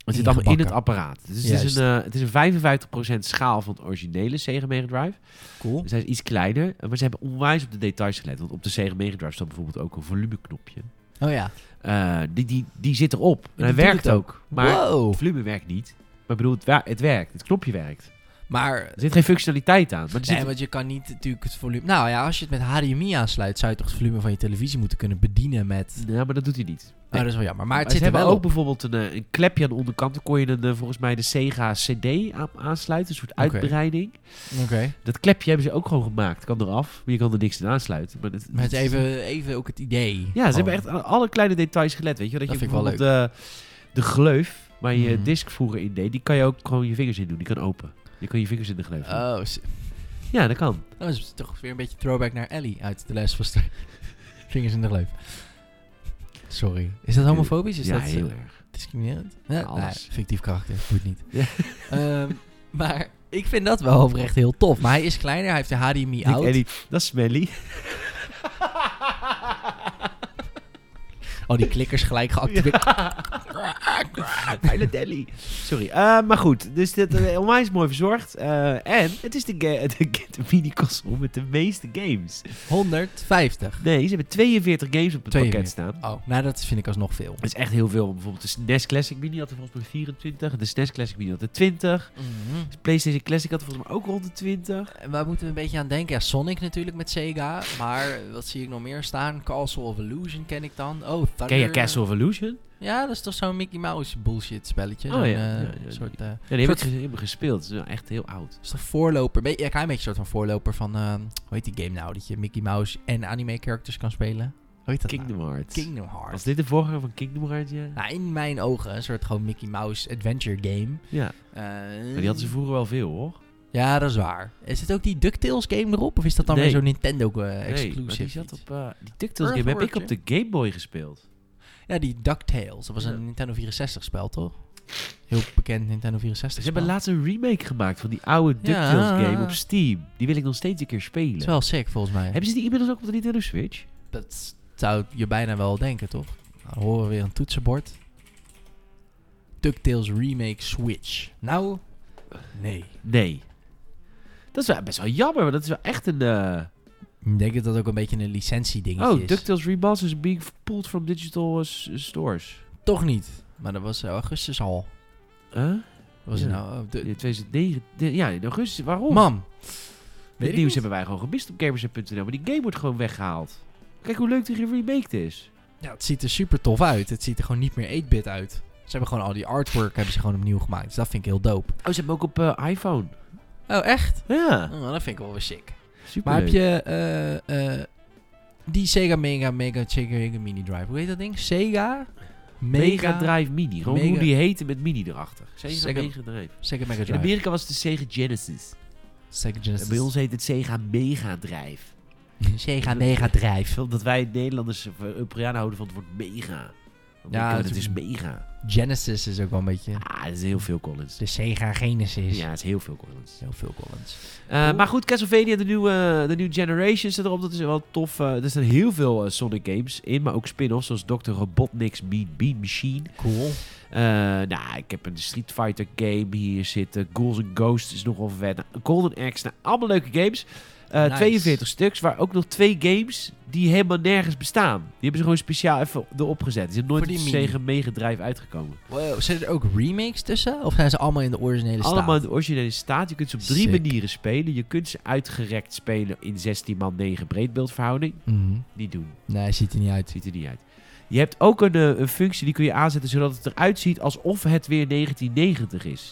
Het zit allemaal in het ingebakken. apparaat. Dus het is, een, uh, het is een vijfenvijftig procent schaal van de originele Sega Mega Drive. Cool. Dus hij is iets kleiner. Maar ze hebben onwijs op de details gelet. Want op de Sega Mega Drive staat bijvoorbeeld ook een volumeknopje. Oh ja. Uh, die, die, die zit erop. En die hij doet werkt het ook. Maar Wow. het volume werkt niet. Maar ik bedoel, het, wa- het werkt. Het knopje werkt. Maar, Er zit geen functionaliteit aan. Maar er zit nee, want je kan niet natuurlijk het volume... Nou ja, als je het met H D M I aansluit, zou je toch het volume van je televisie moeten kunnen bedienen met... Ja, maar dat doet hij niet. Oh, dat is wel jammer. Maar het Maar zit ze er hebben wel ook op. bijvoorbeeld een, eh, een klepje aan de onderkant. Dan kon je een, eh, volgens mij de Sega C D aan- aansluiten. Een soort Oké. uitbreiding. Oké. Dat klepje hebben ze ook gewoon gemaakt. Kan eraf. Maar je kan er niks aan aansluiten. Maar dat, Maar het dat- is even, even ook het idee. Ja, ze van- hebben echt aan alle kleine details gelet. Weet je? Dat, Dat je vind ik wel bijvoorbeeld de, de gleuf waar je Mhm. disc vroeger in deed. Die kan je ook gewoon je vingers in doen. Die kan open. Je kan je vingers in de gleuf doen. Oh, s- Ja, dat kan. oh, dat is toch weer een beetje throwback naar Ellie uit The Last of Us. Vingers in de gleuf. Sorry. Is dat homofobisch? Is ja, dat heel uh, erg. discriminerend? Ja, Alles. nee, fictief karakter. Boeit niet. Ja. Ehm, maar ik vind dat wel oprecht heel tof. Maar hij is kleiner. Hij heeft de H D M I Ik- out. Ellie, dat is Smelly. Oh, die klikkers gelijk geactiveerd. Pilot Ellie. Sorry. Uh, maar goed, dus dit uh, onwijs mooi verzorgd. Uh, en het is de, ga- de, de mini-console met de meeste games. honderdvijftig. Nee, ze hebben tweeënveertig games op het tweeënveertig. pakket staan. Oh, nou dat vind ik alsnog veel. Dat is echt heel veel. Bijvoorbeeld de S N E S Classic Mini had er volgens mij vierentwintig. De S N E S Classic Mini had er twintig. De PlayStation Classic had er volgens mij ook rond de twintig. En waar moeten we een beetje aan denken? Ja, Sonic natuurlijk met Sega. Maar wat zie ik nog meer staan? Castle of Illusion ken ik dan. Oh, Thunder. Ken je Castle of Illusion? Ja, dat is toch zo'n Mickey Mouse bullshit spelletje. Oh, Zo'n, ja. eh, Ja, ja, soort, eh, Ja, die heb ik soort- ge- heb ik gespeeld. Dat is wel echt heel oud. dat is toch voorloper? Be- ja, een klein beetje een soort van voorloper van... eh, hoe heet die game nou? Dat je Mickey Mouse en anime characters kan spelen. Hoe heet dat Kingdom nou? Hearts. Kingdom Hearts. Was dit de voorganger van Kingdom Hearts? Ja. Nou, in mijn ogen een soort gewoon Mickey Mouse adventure game. ja. Eh, Maar die hadden ze vroeger wel veel, hoor. Ja, dat is waar. Is het ook die DuckTales game erop? Of is dat dan Nee. weer zo'n Nintendo uh, Nee, exclusive? maar die zat iets? op... uh, die DuckTales game heb ik op de Game Boy gespeeld. Ja, die DuckTales. Dat was een Ja. Nintendo vierenzestig spel, toch? Heel bekend Nintendo vierenzestig Ze spel. hebben laatst een remake gemaakt van die oude Ja. DuckTales game op Steam. Die wil ik nog steeds een keer spelen. Dat is wel sick, volgens mij. Hebben ze die inmiddels ook op de Nintendo Switch? Dat zou je bijna wel denken, toch? Nou, dan horen we weer een toetsenbord. DuckTales Remake Switch. Nou, nee. Nee. Dat is wel best wel jammer, want dat is wel echt een... uh, Ik denk dat dat ook een beetje een licentie-dingetje Oh, is. DuckTales Remastered is being pulled from digital uh, s- stores. Toch niet. Maar dat was uh, augustus al. Huh? Wat was het Ja. nou? Oh, de- In tweeduizend negen... de- ja, in augustus. Waarom? Mam. Dit ik nieuws niet. hebben wij gewoon gemist op gamers punt n l. Maar die game wordt gewoon weggehaald. Kijk hoe leuk die geremaked is. Ja, het ziet er super tof uit. Het ziet er gewoon niet meer eight bit uit. Ze hebben gewoon al die artwork hebben ze gewoon opnieuw gemaakt. Dus dat vind ik heel dope. Oh, ze hebben ook op uh, iPhone. Oh, echt? Ja, Oh, dat vind ik wel weer sick. super Maar heb je eh, eh, die Sega Mega Mega Sega Mega Mini Drive? Hoe heet dat ding? Sega Mega Drive Mini. Gewoon Mega- hoe die heette met Mini erachter. Sega, Sega- Mega Drive. Sega Mega In Drive. Amerika was het de Sega Genesis. Sega Genesis. En bij ons heet het Sega Mega Drive. Sega Mega Drive. Dat wij Nederlanders of Europeanen houden van het woord mega. Want Ja, ja, het het is- is mega. Genesis is ook wel een beetje... Ah, het is heel veel Collins. De Sega Genesis. Ja, het is heel veel Collins. Heel veel Collins. Uh, Cool. Maar goed, Castlevania, de nieuwe, de nieuwe Generation staat erop. Dat is wel tof. Uh, er staan heel veel uh, Sonic games in, maar ook spin-offs zoals doctor Robotnik's Mean Bean Machine. Cool. Uh, nou, ik heb een Street Fighter game hier zitten. Ghouls and Ghosts is nog wel vet. Nou, Golden Axe, nou, allemaal leuke games. Uh, Nice. tweeënveertig stuks, waar ook nog twee games die helemaal nergens bestaan. Die hebben ze gewoon speciaal even erop gezet. Die zijn nooit Voor op die de mini. Sega Mega Drive uitgekomen. Wow. Zitten er ook remakes tussen? Of zijn ze allemaal in de originele staat? Allemaal in de originele staat. Je kunt ze op drie Sick. manieren spelen. Je kunt ze uitgerekt spelen in zestien man negen breedbeeldverhouding. Mhm. Niet doen. Nee, ziet er niet uit. Ziet er niet uit. Je hebt ook een, uh, een functie die kun je aanzetten zodat het eruit ziet alsof het weer negentien negentig is.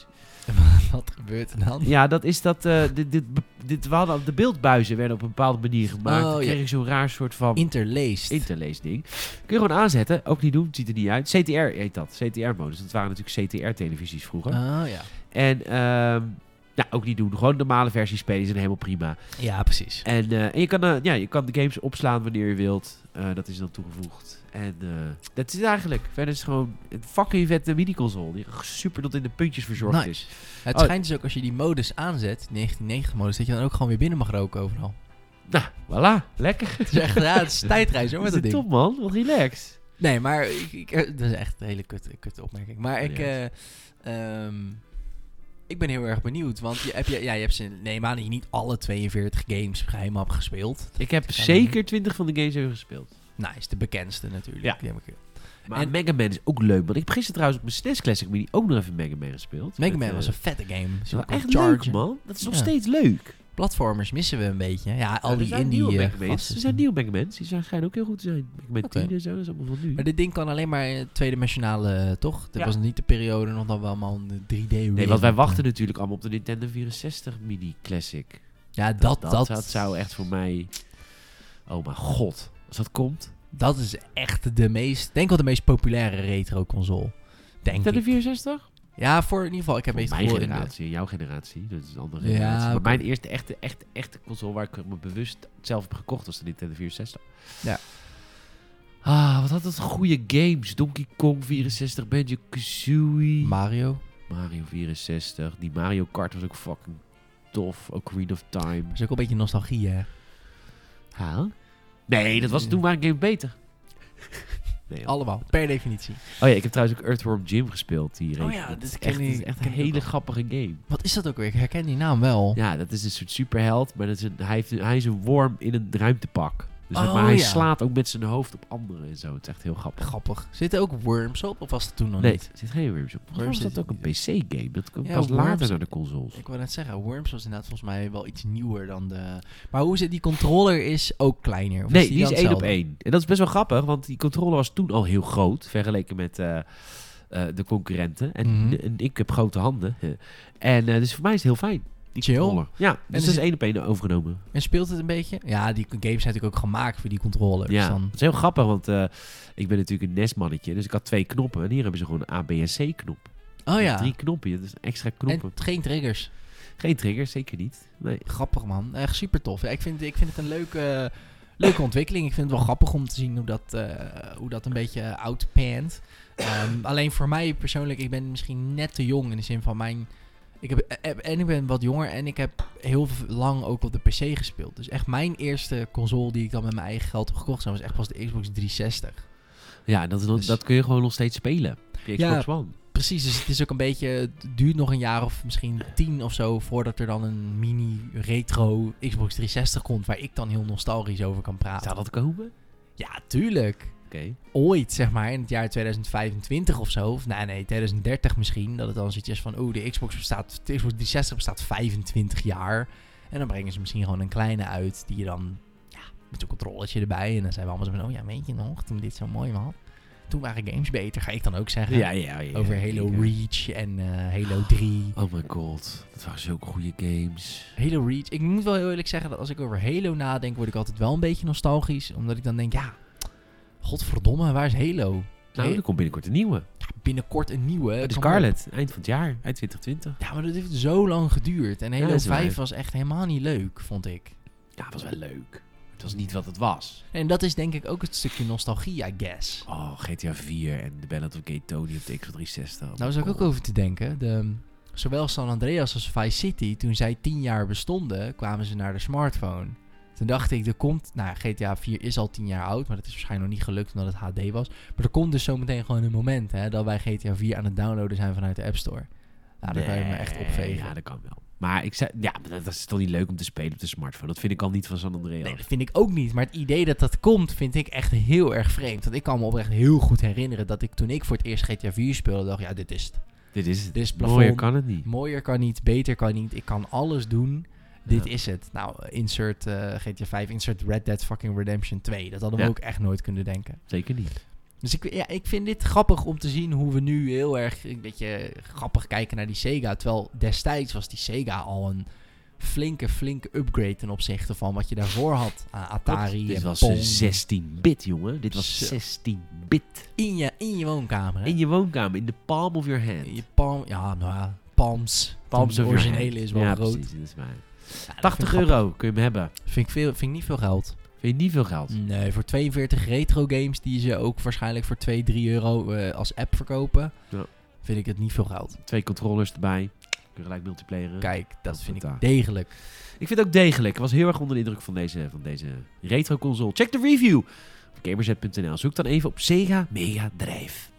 Wat gebeurt er dan? Ja, dat is dat... Uh, dit, dit, dit, we hadden, de beeldbuizen werden op een bepaalde manier gemaakt. Oh, Dan ja. kreeg je zo'n raar soort van Interlaced. interlace ding. Kun je gewoon aanzetten. Ook niet doen. Het ziet er niet uit. C T R heet dat. C T R-modus. Dat waren natuurlijk C T R-televisies vroeger. Oh ja. En ehm nou, ook niet doen. Gewoon de normale versie spelen. Die zijn helemaal prima. Ja, precies. En, uh, en je, kan, uh, ja, je kan de games opslaan wanneer je wilt. Uh, dat is dan toegevoegd. En uh, dat is het eigenlijk. Verder is het gewoon een fucking vette mini-console. Die super tot in de puntjes verzorgd Nice. is. Het Oh. schijnt dus ook als je die modus aanzet, negentien negentig modus, dat je dan ook gewoon weer binnen mag roken overal. Nou, voilà. Lekker. Het is echt, ja, het is tijdreis hoor met Dat dat is ding. top, man. Wat relaxed. Nee, maar ik, ik, dat is echt een hele kutte, kutte opmerking. Maar ik, Ja. uh, um, ik ben heel erg benieuwd. Want je, heb je, ja, je hebt ze, neem aan dat je niet alle tweeënveertig games geheim hebt gespeeld. Ik heb Dat zeker twintig van de games even gespeeld. Nice, de bekendste natuurlijk. Ja. Die heb ik. Maar En- Mega Man is ook leuk. Want ik heb gisteren trouwens op mijn S N E S Classic Mini ook nog even Mega Man gespeeld. Mega Met, Man eh, was een vette game. is Zo wel kon echt chargen. leuk, man. Dat is nog Ja. steeds leuk. Platformers missen we een beetje. Ja, al Ja, er die zijn indie nieuwe eh, Mega Man's. gasten. Er zijn nieuwe Mega Man's. Die zijn- schijnen ook heel goed te zijn. Mega Man Oké. tien en zo, dat is allemaal van nu. Maar dit ding kan alleen maar eh, tweedimensionale, eh, toch? Dat Ja. was niet de periode nog dat we allemaal een drie D... Nee, want wij wachten natuurlijk allemaal op de Nintendo vierenzestig Mini Classic. Ja, dat, dat, dat, dat zou echt voor mij... Oh mijn god. Als dat komt... dat is echt de meest... denk wel de meest populaire retro console. Denk Nintendo ik. vierenzestig? Ja, voor in ieder geval. Ik heb Voor meest mijn gehoord generatie en jouw generatie. Dat is een andere Ja, generatie. Maar oké. mijn eerste echte, echte, echte console waar ik me bewust zelf heb gekocht was de Nintendo vierenzestig. Ja. Ah, wat had dat goede games. Donkey Kong vierenzestig, Banjo-Kazooie. Mario. Mario vierenzestig. Die Mario Kart was ook fucking tof. Ocarina of Time. Dat is ook een beetje nostalgie, hè? Ha? Nee, dat was toen waren games beter. Nee, joh. Allemaal, per definitie. Oh ja, ik heb trouwens ook Earthworm Jim gespeeld. Die Oh reeks. ja, dat dit is ken echt, ik- dat is echt ken een ik ook hele wel. grappige game. Wat is dat ook weer? Ik herken die naam wel. Ja, dat is een soort superheld, maar dat is een, hij, heeft, een- hij is een worm in een ruimtepak. Dus zeg Oh, maar hij ja. slaat ook met zijn hoofd op anderen en zo. Het is echt heel grappig. Grappig. Zitten ook Worms op? Of was dat toen nog Nee, niet? er zit geen Worms op. Volgens mij Worms was dat zit- ook een P C-game. Dat kwam Ja, pas Worms- later naar de consoles. Ik wou net zeggen, Worms was inderdaad volgens mij wel iets nieuwer dan de... Maar hoe is het? Die controller is ook kleiner? Of Nee, die is dan één op hetzelfde? één. En dat is best wel grappig, want die controller was toen al heel groot. Vergeleken met eh, eh, de concurrenten. En, Mhm. en ik heb grote handen. En eh, dus voor mij is het heel fijn. Die Chill. controller. Ja, dus is dat is het- één op één overgenomen. En speelt het een beetje? Ja, die games zijn natuurlijk ook gemaakt voor die controller. Ja, Dus dan... dat is heel grappig, want eh, ik ben natuurlijk een N E S-mannetje. Dus ik had twee knoppen. En hier hebben ze gewoon een A, B en C-knop. Oh ja. Drie knoppen. Dat is extra knoppen. En geen triggers. Geen triggers, zeker niet. Nee. Grappig, man. Echt super tof. Ja, ik, vind, ik vind het een leuke, leuke ontwikkeling. Ik vind het wel grappig om te zien hoe dat, eh, hoe dat een beetje outpant. Um, alleen voor mij persoonlijk, ik ben misschien net te jong in de zin van mijn... Ik heb, eh, en ik ben wat jonger en ik heb heel v- lang ook op de P C gespeeld. Dus echt mijn eerste console die ik dan met mijn eigen geld heb gekocht, was echt pas de Xbox driehonderdzestig. Ja, dat, is nog- Dus- dat kun je gewoon nog steeds spelen. Op je Ja. Xbox One. Precies, dus het is ook een beetje, het duurt nog een jaar of misschien tien of zo voordat er dan een mini retro Xbox driehonderdzestig komt waar ik dan heel nostalgisch over kan praten. Zou dat komen? Ja, tuurlijk. Oké. Ooit, zeg maar, in het jaar tweeduizend vijfentwintig of zo, of nee, nee, tweeduizend dertig misschien, dat het dan zoiets is van, oeh, de Xbox bestaat, de Xbox driehonderdzestig bestaat vijfentwintig jaar. En dan brengen ze misschien gewoon een kleine uit die je dan, ja, met zo'n controllertje erbij. En dan zijn we allemaal zo van, oh ja, weet je nog, toen dit zo mooi was. Toen waren games beter, ga ik dan ook zeggen. Ja, ja, ja. Over Halo zeker. Reach en eh, Halo drie. Oh my god. Dat waren zulke goede games. Halo Reach. Ik moet wel heel eerlijk zeggen dat als ik over Halo nadenk, word ik altijd wel een beetje nostalgisch. Omdat ik dan denk, ja, godverdomme, waar is Halo? Nou, Nee, er komt binnenkort een nieuwe. binnenkort een nieuwe. De Kom Scarlet. Eind van het jaar. Eind twintig twintig. op. Ja, maar dat heeft zo lang geduurd. En Halo dat is waar. vijf was echt helemaal niet leuk, vond ik. Ja, het was wel leuk. Het was niet wat het was. En dat is denk ik ook het stukje nostalgie, I guess. Oh, G T A vier en The Ballad of Gay Tony op de Xbox driehonderdzestig. Oh Nou, zou ik ook over te denken. De, zowel San Andreas als Vice City, toen zij tien jaar bestonden, kwamen ze naar de smartphone. Toen dacht ik, er komt... Nou, G T A vier is al tien jaar oud, maar dat is waarschijnlijk nog niet gelukt omdat het H D was. Maar er komt dus zometeen gewoon een moment hè, dat wij G T A vier aan het downloaden zijn vanuit de App Store. Nou, daar kan je me echt opvegen. Ja, dat kan wel. Maar ik zei, ja, maar dat, dat is toch niet leuk om te spelen op de smartphone. Dat vind ik al niet van San Andreas. Nee, dat vind ik ook niet. Maar het idee dat dat komt, vind ik echt heel erg vreemd. Want ik kan me oprecht heel goed herinneren dat ik toen ik voor het eerst G T A vier speelde, dacht ja, dit is het. Dit is het. Dit is het plafond. Mooier kan het niet. Mooier kan niet, beter kan niet. Ik kan alles doen. Dit Ja. is het. Nou, insert eh, G T A vijf, insert Red Dead fucking Redemption twee. Dat hadden we Ja. ook echt nooit kunnen denken. Zeker niet. Dus ik, ja, ik vind dit grappig om te zien hoe we nu heel erg een beetje grappig kijken naar die Sega. Terwijl destijds was die Sega al een flinke, flinke upgrade ten opzichte van wat je daarvoor had. Aan Atari Dit en was Pong. zestien bit, jongen. Dit was Zo. zestien bit. In je, in je woonkamer. Hè? In je woonkamer, in de palm of your hand. In je palm. Ja, nou ja, palms. Palms de of your originele hand. is wel ja, groot. precies, dat is waar. Ja, dat tachtig vind ik euro kun je hem hebben. grappig. Vind ik, veel, vind ik niet veel geld. Vind je niet veel geld? Nee, voor tweeënveertig retro games die ze ook waarschijnlijk voor twee, drie euro eh, als app verkopen, Ja. vind ik het niet veel geld. Twee controllers erbij. Kun je gelijk multiplayeren. Kijk, dat Dat vind ik betaal. degelijk. Ik vind het ook degelijk. Ik was heel erg onder de indruk van deze, van deze retro console. Check de review Gamerset punt n l. Zoek dan even op Sega Mega Drive.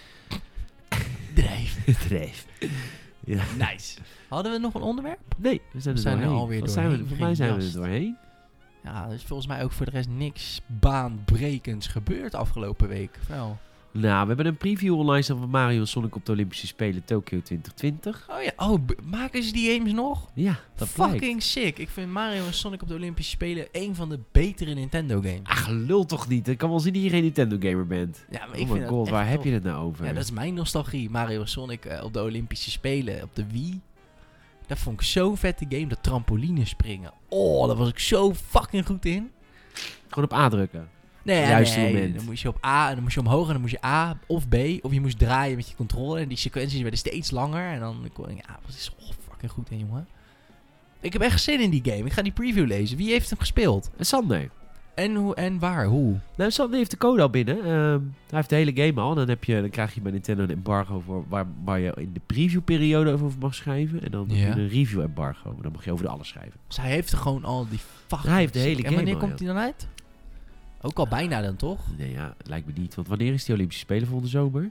Drive. Drive. Ja. Nice. Hadden we nog een onderwerp? Nee, we zijn er, We zijn er doorheen. alweer Wat doorheen Zijn we, voor mij zijn we er gejast. doorheen. Ja, er is volgens mij ook voor de rest niks baanbrekends gebeurd afgelopen week. Wel. Nou, we hebben een preview online staan van Mario en Sonic op de Olympische Spelen Tokyo twintig twintig. Oh ja, oh, b- maken ze die games nog? Ja, dat Fucking blijkt. sick. Ik vind Mario en Sonic op de Olympische Spelen een van de betere Nintendo games. Ach, lul toch niet. Ik kan wel zien dat je geen Nintendo gamer bent. Ja, maar Oh ik my vind dat god, echt waar heb tof. je het nou over? Ja, dat is mijn nostalgie. Mario en Sonic uh, op de Olympische Spelen op de Wii. Dat vond ik zo'n vette game. Dat trampoline springen. Oh, daar was ik zo fucking goed in. Gewoon op A drukken. Nee, Juiste nee, moment. dan moest je op A en dan moest je omhoog en dan moest je A of B. Of je moest draaien met je controle. En die sequenties werden steeds langer. En dan kon ik, ja, was ik zo fucking goed in, jongen. Ik heb echt zin in die game. Ik ga die preview lezen. Wie heeft hem gespeeld? En Sander. En, hoe, en waar? Hoe? Nou, Sander heeft de code al binnen. Ehm, hij heeft de hele game al. Dan, heb je, dan krijg je bij Nintendo een embargo voor waar, waar je in de previewperiode over mag schrijven. En dan heb Ja. je een review embargo. Dan mag je over de alles schrijven. Dus hij heeft er gewoon al die fucking... Hij heeft de hele En game wanneer al, komt ja. hij dan uit? Ook al bijna dan, toch? Nee, ja, het lijkt me niet. Want wanneer is die Olympische Spelen volgende zomer?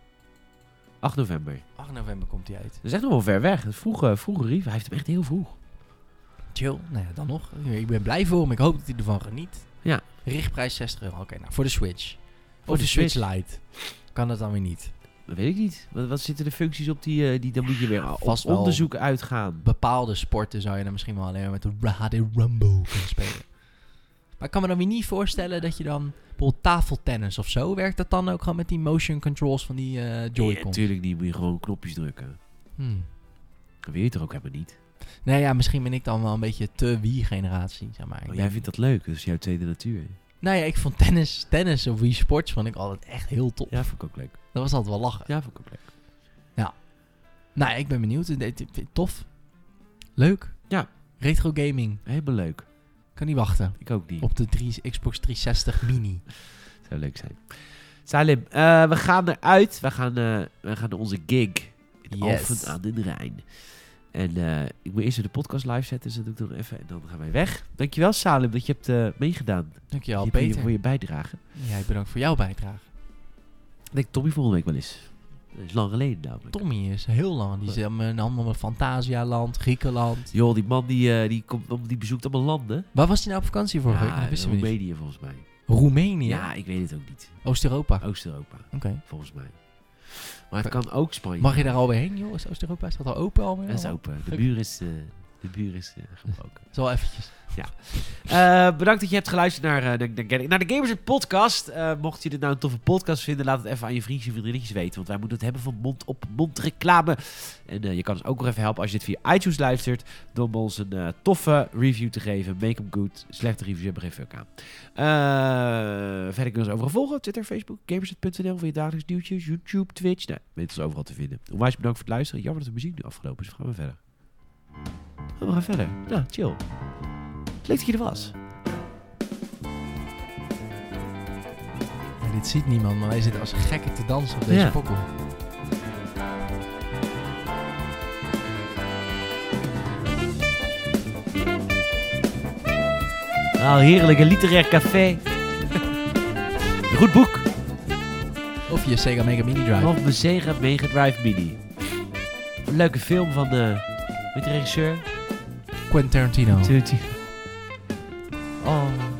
acht november. acht november komt hij uit. Dat is echt nog wel ver weg. Vroege, vroege review. Hij heeft hem echt heel vroeg. Chill. Nou ja, dan nog. Ik ben blij voor hem. Ik hoop dat hij ervan geniet. Ja. Richtprijs zestig euro. Oké, nou, voor de Switch. Voor of de de Switch, Switch. Lite. Kan dat dan weer niet. Dat weet ik niet. Wat, wat zitten de functies op die, uh, die dan moet je weer op Vast wel. onderzoek uitgaan. Bepaalde sporten zou je dan misschien wel alleen maar met de Rade Rumble kunnen spelen. Maar ik kan me dan weer niet voorstellen dat je dan... Bijvoorbeeld tafeltennis of zo. Werkt dat dan ook gewoon met die motion controls van die uh, Nee, Joy-Con? natuurlijk niet. Moet je gewoon knopjes drukken. Hmm. Dat weet je toch ook helemaal niet. Nee, ja, misschien ben ik dan wel een beetje te Wii-generatie, zeg maar. Ik Oh, denk- jij vindt dat leuk. Dat is jouw tweede natuur. Nou ja, ik vond tennis, tennis of Wii Sports vond ik altijd echt heel tof. Ja, vond ik ook leuk. Dat was altijd wel lachen. Ja, vond ik ook leuk. Nou, ja, ik ben benieuwd. Eh, eh, Tof. Leuk. Ja. Retro gaming. Helemaal leuk. Kan niet wachten. Ik ook niet. Op de drie, Xbox driehonderdzestig Mini. Zou leuk zijn. Salim, uh, we gaan eruit. We gaan, uh, we gaan naar onze gig. In Yes. Alphen aan den Rijn. En uh, ik moet eerst de podcast live zetten, dus dat doe ik nog even. En dan gaan wij weg. Dankjewel Salim dat je hebt uh, meegedaan. Dankjewel, Je- voor je- Peter. Voor je bijdrage. Jij bedankt voor jouw bijdrage. Ik denk Tommy volgende week wel eens. Dat is lang geleden namelijk. Tommy is heel lang. Die is allemaal met Fantasialand, Griekenland. Joh, die man die, uh, die, komt, die bezoekt allemaal landen. Waar was hij nou op vakantie vorige week? Ja, Dat wisten we niet. Roemenië volgens mij. Roemenië? Ja, ik weet het ook niet. Oost-Europa? Oost-Europa, Oké. volgens mij. Maar het kan ook Spanje. Mag je daar alweer heen, joh? Is Oost-Europa? Is dat al open alweer? Dat is open. De Oké. buur is, uh, de buur is uh, gebroken. Zo eventjes. Uh, bedankt dat je hebt geluisterd naar, uh, de, de, naar de Gamerset podcast. Uh, mocht je dit nou een toffe podcast vinden, laat het even aan je vriendjes en vriendinnetjes weten. Want wij moeten het hebben van mond op mond reclame. En uh, je kan ons ook nog even helpen als je dit via iTunes luistert. Door ons een uh, toffe review te geven. Make them good. Slechte reviews hebben geen fuck aan. Uh, verder kun je ons overal volgen. Twitter, Facebook, gamerset punt n l voor je dagelijks nieuwtjes. YouTube, Twitch. Nou, weet ons overal te vinden. Onwijs bedankt voor het luisteren. Jammer dat de muziek nu afgelopen is. We gaan weer verder. We gaan verder. Nou, chill. Leuk dat je er was. Ja, dit ziet niemand, maar wij zitten als gekken te dansen op deze Ja. pokkel. Nou, heerlijk, een literair café. Een goed boek. Of je Sega Mega Mini Drive. Of mijn Sega Mega Drive Mini. Een leuke film van de... Weet de regisseur? Quentin Tarantino. Oh...